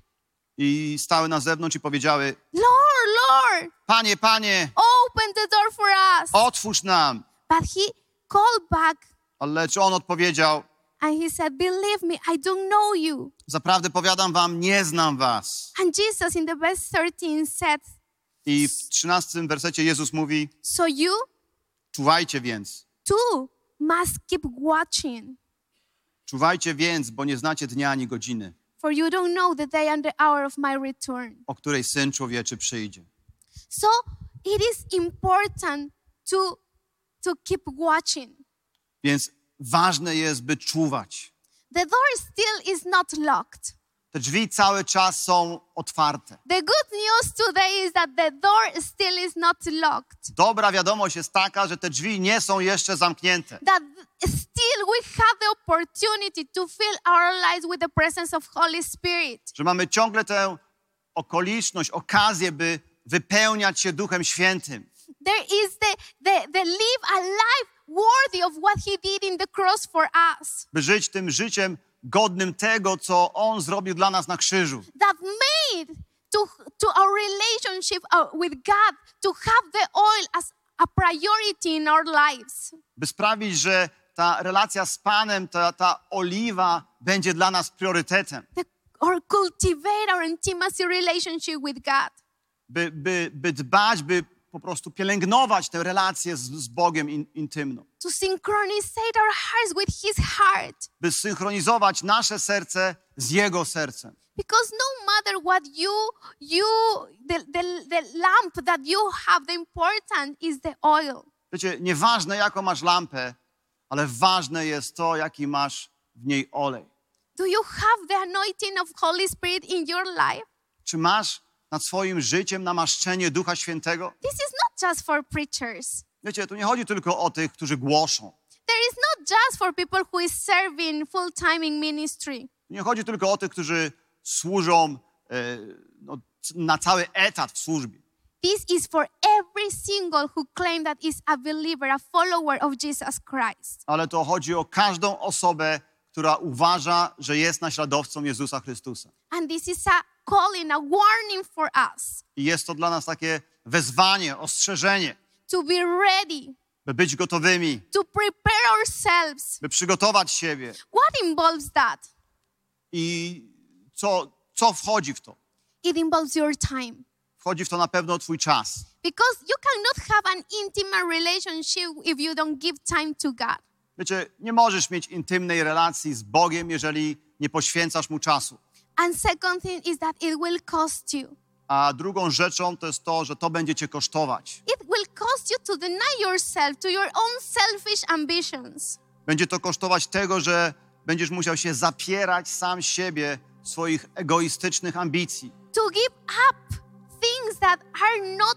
i stały na zewnątrz i powiedziały: Lord, Lord, Panie, Panie, open the door for us. otwórz nam. But he called back Lecz on odpowiedział: and he said, believe me, I don't know you. Zaprawdę powiadam wam, nie znam was. And Jesus in the verse thirteen said, I w trzynastym wersecie Jezus mówi: so you Czuwajcie więc, too must keep watching, czuwajcie więc, bo nie znacie dnia ani godziny, for you don't know the day and the hour of my return. o której Syn Człowieczy przyjdzie. So it is important to, to keep watching. Więc ważne jest, by czuwać. The door still is not locked. Te drzwi cały czas są otwarte. The good news today is that the door still is not locked. Dobra wiadomość jest taka, że te drzwi nie są jeszcze zamknięte. That still we have the opportunity to fill our lives with the presence of Holy Spirit. Że mamy ciągle tę okoliczność, okazję, by wypełniać się Duchem Świętym. There is the, the, the live a life worthy of what he did in the cross for us. By żyć tym życiem godnym tego, co On zrobił dla nas na krzyżu. That made to, to our relationship uh, with God to have the oil as a priority in our lives. By sprawić, że ta relacja z Panem, ta, ta oliwa będzie dla nas priorytetem. The, or cultivate our intimacy relationship with God. By, by, by dbać, by po prostu pielęgnować tę relację z, z Bogiem in, intymną. To synchronize our hearts with his heart. By synchronizować nasze serce z Jego sercem. Because no matter what you, you the, the, the lamp that you have, the important is the oil. Wiecie, nieważne jaką masz lampę, ale ważne jest to, jaki masz w niej olej. Do you have the anointing of Holy Spirit in your life? Czy masz nad swoim życiem namaszczenie Ducha Świętego? This is not just for preachers. Wiecie, tu nie chodzi tylko o tych, którzy głoszą. There is not just for people who is serving full-time in ministry. Tu nie chodzi tylko o tych, którzy służą e, no, na cały etat w służbie. This is for every single who claim that is a believer, a follower of Jesus Christ. Ale to chodzi o każdą osobę, która uważa, że jest naśladowcą Jezusa Chrystusa. And this is a calling, a warning for us I jest to dla nas takie wezwanie, ostrzeżenie, to be ready, by być gotowymi, to prepare ourselves. by przygotować siebie. What involves that? I co, co wchodzi w to? It involves your time. Wchodzi w to na pewno twój czas. Because you cannot have an intimate relationship if you don't give time to God. Wiecie, nie możesz mieć intymnej relacji z Bogiem, jeżeli nie poświęcasz Mu czasu. And second thing is that it will cost you. A drugą rzeczą to jest to, że to będzie cię kosztować. It will cost you to deny yourself to your own selfish ambitions. Będzie to kosztować tego, że będziesz musiał się zapierać sam siebie swoich egoistycznych ambicji. To give up things that are not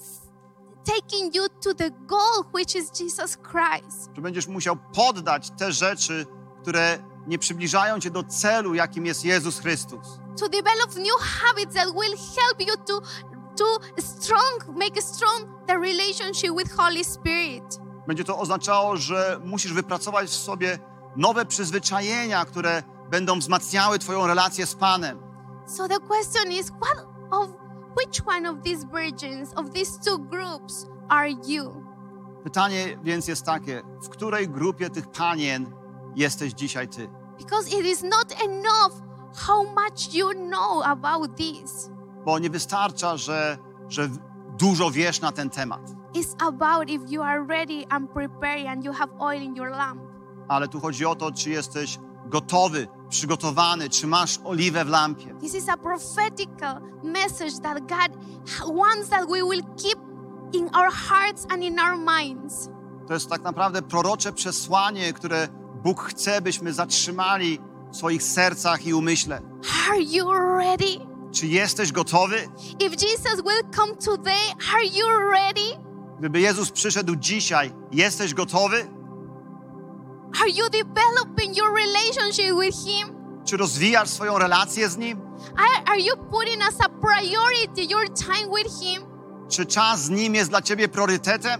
taking you to the goal, which is Jesus Christ. Że będziesz musiał poddać te rzeczy, które nie przybliżają cię do celu, jakim jest Jezus Chrystus. To develop new habits that will help you to, to strong, make strong the relationship with Holy Spirit. Będzie to oznaczało, że musisz wypracować w sobie nowe przyzwyczajenia, które będą wzmacniały twoją relację z Panem. So the question is, what of which one of these virgins, of these two groups are you? Pytanie więc jest takie, w której grupie tych panien jesteś dzisiaj ty? Because it is not enough how much you know about this. Bo nie wystarcza, że, że dużo wiesz na ten temat. It's about if you are ready and prepared and you have oil in your lamp. Ale tu chodzi o to, czy jesteś gotowy, przygotowany, czy masz oliwę w lampie. This is a prophetical message that God wants that we will keep in our hearts and in our minds. To jest tak naprawdę prorocze przesłanie, które Bóg chce, byśmy zatrzymali w swoich sercach i umyśle. Are you ready? Czy jesteś gotowy? If Jesus will come today, are you ready? Gdyby Jezus przyszedł dzisiaj, jesteś gotowy? Are you developing your relationship with Him? Czy rozwijasz swoją relację z Nim? Are, are you putting as a priority your time with Him? Czy czas z Nim jest dla ciebie priorytetem?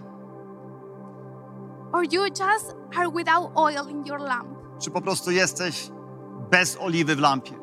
Or you just are without oil in your lamp? Czy po prostu jesteś bez oliwy w lampie?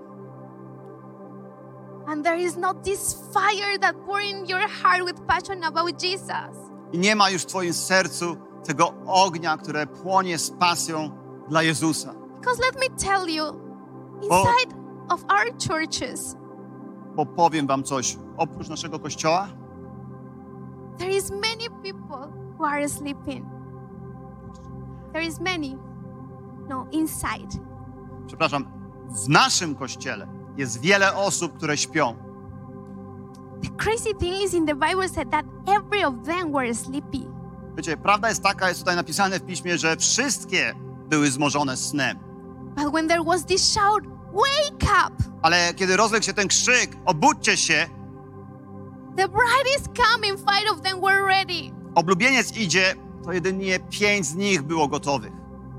And there is not this fire that burns in your heart with passion about Jesus. I nie ma już w twoim sercu tego ognia, które płonie z pasją dla Jezusa. Because let me tell you, inside of our churches, Bo powiem wam coś, oprócz naszego kościoła, there is many people who are sleeping. There is many. No, inside. przepraszam, w naszym kościele jest wiele osób, które śpią. The crazy thing is in the Bible said that every of them were sleepy. Wiecie, prawda jest taka, jest tutaj napisane w Piśmie, że wszystkie były zmorzone snem. But when there was this shout, wake up! Ale kiedy rozległ się ten krzyk, obudźcie się, The bride is coming, five of them were ready. oblubieniec idzie, to jedynie pięć z nich było gotowych.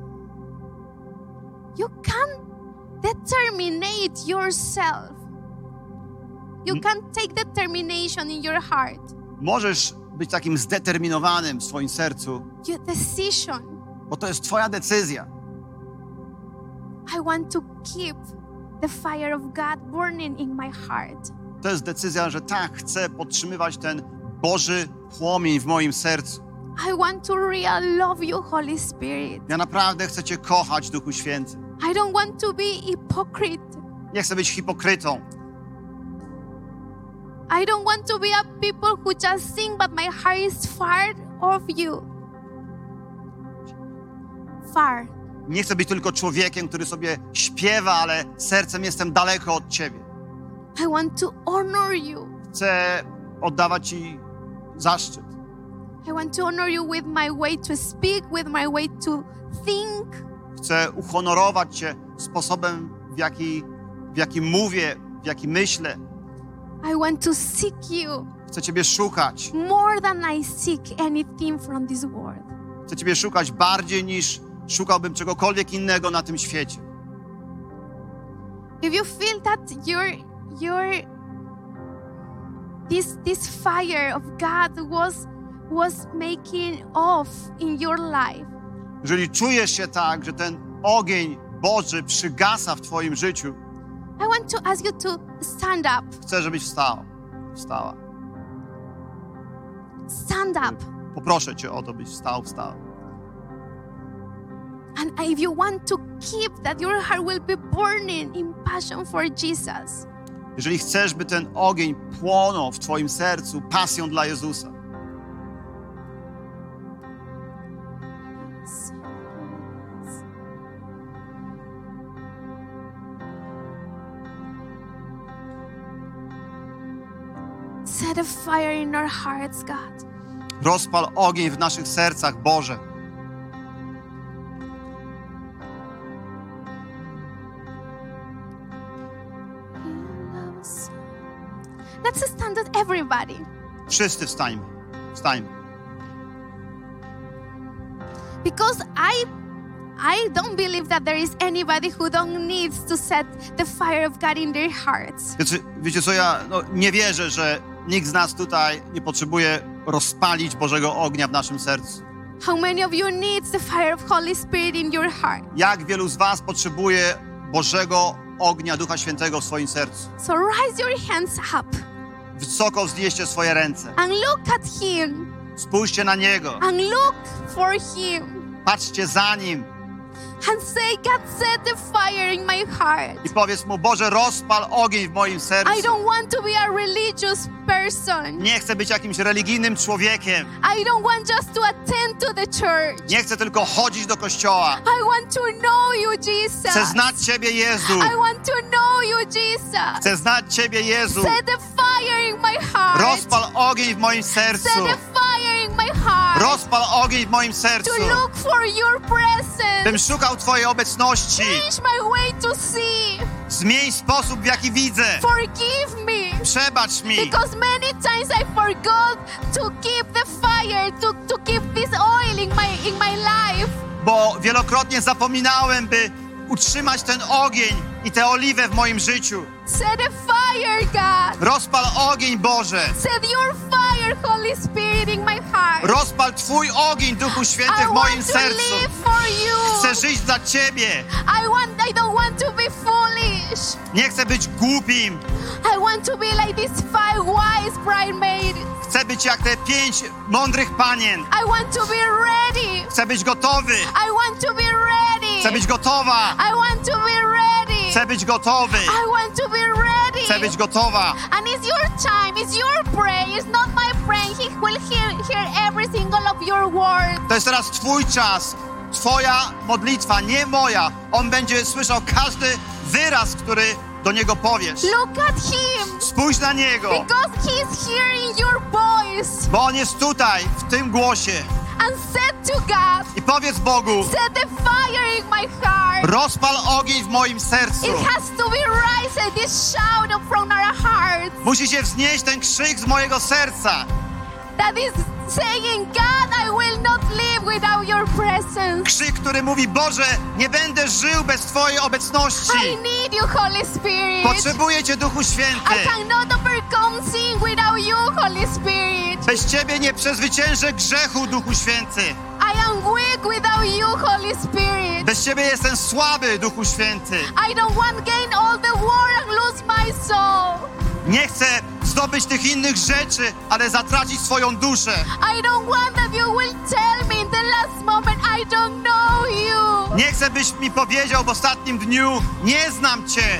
You can't determinate yourself. You can't take determination in your heart. Możesz być takim zdeterminowanym w swoim sercu, Your decision. bo to jest twoja decyzja. I want to keep the fire of God burning in my heart. To jest decyzja, że tak, chcę podtrzymywać ten Boży płomień w moim sercu. I want to really love you, Holy Spirit. Ja naprawdę chcę Cię kochać, Duchu Święty. I don't want to be hypocrite. Nie chcę być hipokrytą. I don't want to be a people who just sing, but my heart is far of you. Far. Nie chcę być tylko człowiekiem, który sobie śpiewa, ale sercem jestem daleko od Ciebie. I want to honor you. Chcę oddawać Ci zaszczyt. I want to honor you with my way to speak, with my way to think. Chcę uhonorować Cię sposobem, w jaki, w jaki mówię, w jaki myślę. I want to seek you Chcę Ciebie szukać. more than I seek anything from this world. Chcę Ciebie szukać bardziej niż szukałbym czegokolwiek innego na tym świecie. If you feel that your your this this fire of God was was making off in your life, Jeżeli czujesz się tak, że ten ogień Boży przygasa w Twoim życiu, I want to ask you to stand up. chcę, żebyś wstał. Wstała. Stand up. Poproszę Cię o to, byś wstał, wstał. And if you want to keep that, your heart will be burning in passion for Jesus. Jeżeli chcesz, by ten ogień płonął w Twoim sercu pasją dla Jezusa, set a fire in our hearts, God. rozpal ogień w naszych sercach, Boże. Let's stand up, everybody. Wszyscy wstańmy. Wstańmy. Because I I don't believe that there is anybody who don't needs to set the fire of God in their hearts. Wiecie, wiecie co, ja no, nie wierzę, że nikt z nas tutaj nie potrzebuje rozpalić Bożego ognia w naszym sercu. How many of you needs the fire of Holy Spirit in your heart? Jak wielu z was potrzebuje Bożego ognia Ducha Świętego w swoim sercu? So raise your hands up Wysoko wznieście swoje ręce. and look at Him Spójrzcie na Niego. and look for Him Patrzcie za Nim and say, God, set the fire in my heart. i powiedz Mu, Boże, rozpal ogień w moim I sercu. don't want to be a religious person. Nie chcę być jakimś religijnym człowiekiem. I don't want just to attend to the church. Nie chcę tylko chodzić do kościoła. I want to know you, Jesus. Chcę znać Ciebie, Jezu. I want to know you, Jesus. Chcę znać Ciebie, Jezu. Set the fire in my heart. Rozpal ogień w moim sercu. Set the fire in my heart. Rozpal ogień w moim sercu. To look for your presence. Bym szukał Twojej obecności. Change my way to see. Zmień sposób, w jaki widzę. Forgive me. Przebacz mi, Because many times I forgot to keep the fire, to, to keep this oil in my, in my life. bo wielokrotnie zapominałem, by utrzymać ten ogień i tę oliwę w moim życiu. Set a fire, God. Rozpal ogień, Boże. Set your fire, Holy Spirit, in my heart. Rozpal Twój ogień, Duchu Święty, I w moim want to sercu. live for you. Chcę żyć dla Ciebie. I want. I don't want to be foolish. Nie chcę być głupim. I want to be like these five wise bridesmaids. Chcę być jak te pięć mądrych panien. I want to be ready. Chcę być gotowy. I want to be ready. Chcę być gotowa. I want to be ready. Chcę być gotowy. I want to be ready. Chcę być gotowa. And it's your time, it's your prayer, it's not my prayer. He will hear, hear every single of your words. To jest teraz Twój czas. Twoja modlitwa, nie moja. On będzie słyszał każdy wyraz, który do Niego powiesz. Look at him, Spójrz na Niego, because he's hearing your voice. bo On jest tutaj, w tym głosie. And said to God, I powiedz Bogu, set the fire in my heart. rozpal ogień w moim sercu. It has to be rising, this shout from our hearts. Musi się wznieść ten krzyk z mojego serca. That is saying, God, I will not live without your presence. Krzyk, który mówi, Boże, nie będę żył bez Twojej I obecności. need you, Holy Spirit. Potrzebuję Cię, Duchu Święty. I cannot overcome sin without you, Holy Spirit. Bez Ciebie nie przezwyciężę grzechu, Duchu Święty. I am weak without you, Holy Spirit. Bez Ciebie jestem słaby, Duchu Święty. I don't want to gain all the world and lose my soul. Nie chcę zdobyć tych innych rzeczy, ale zatracić swoją duszę. I don't want that you will tell me in the last moment, I don't know you. Nie chcę, byś mi powiedział w ostatnim dniu, nie znam Cię.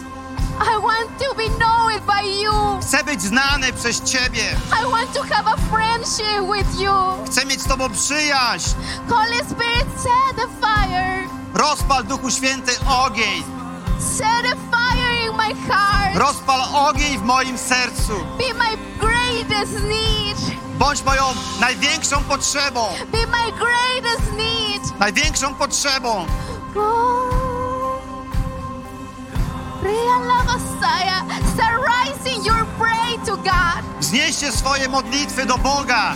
I want to be known by you. Chcę być znany przez Ciebie. I want to have a friendship with you. Chcę mieć z Tobą przyjaźń. Holy Spirit, set the fire. Rozpal, Duchu Święty, ogień. Set a fire in my heart. Rozpal ogień w moim sercu. Be my greatest need. Bądź moją największą potrzebą. Be my greatest need. Największą potrzebą. Real Messiah, start rising your prayer to God. Wznieście swoje modlitwy do Boga.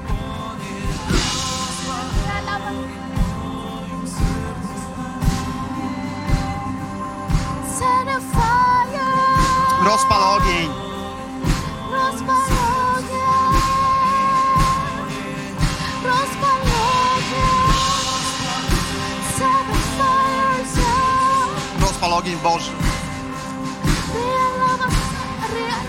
Set a fire. Rozpal ogień. Rozpal ogień. Rozpal ogień. Set a fire, set. Rozpal ogień Boży. Real Messiah, real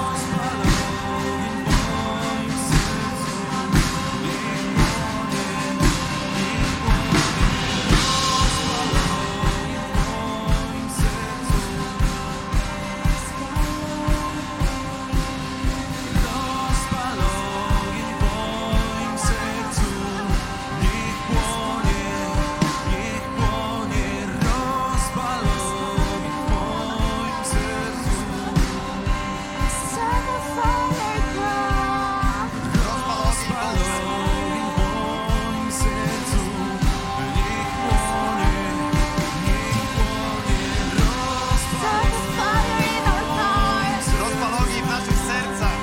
set a fire, God. Rozpal ogień Boży. Set a fire in our hearts. Rozpal ogień w naszych sercach.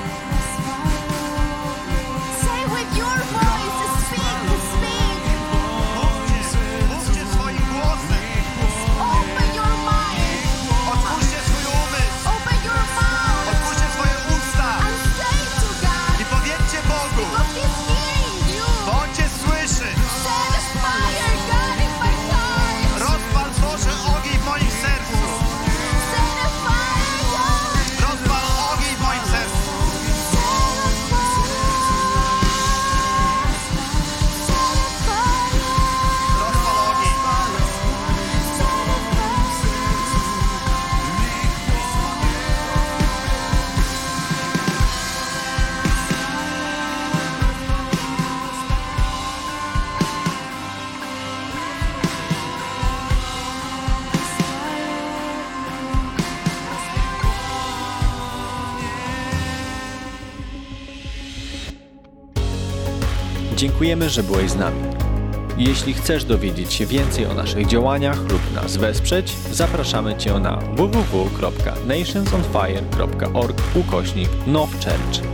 Say with your voice, speak, speak. Mówcie, mówcie swoim głosem. Open your mind, Otwórzcie swój umysł. open your mouth, Otwórzcie swoje usta. and say to God, I powiedzcie Bogu, because He's hearing you. bo On Cię słyszy. Set a fire, God, in my heart. Rozpal Boże ogień w moim sercu. Set a fire, God. Rozpal ogień w moim sercu. Set a fire. Set a fire. Rozpal ogień. Set a Dziękujemy, że byłeś z nami. Jeśli chcesz dowiedzieć się więcej o naszych działaniach lub nas wesprzeć, zapraszamy Cię na w w w kropka nationsonfire kropka org ukośnik nowchurch.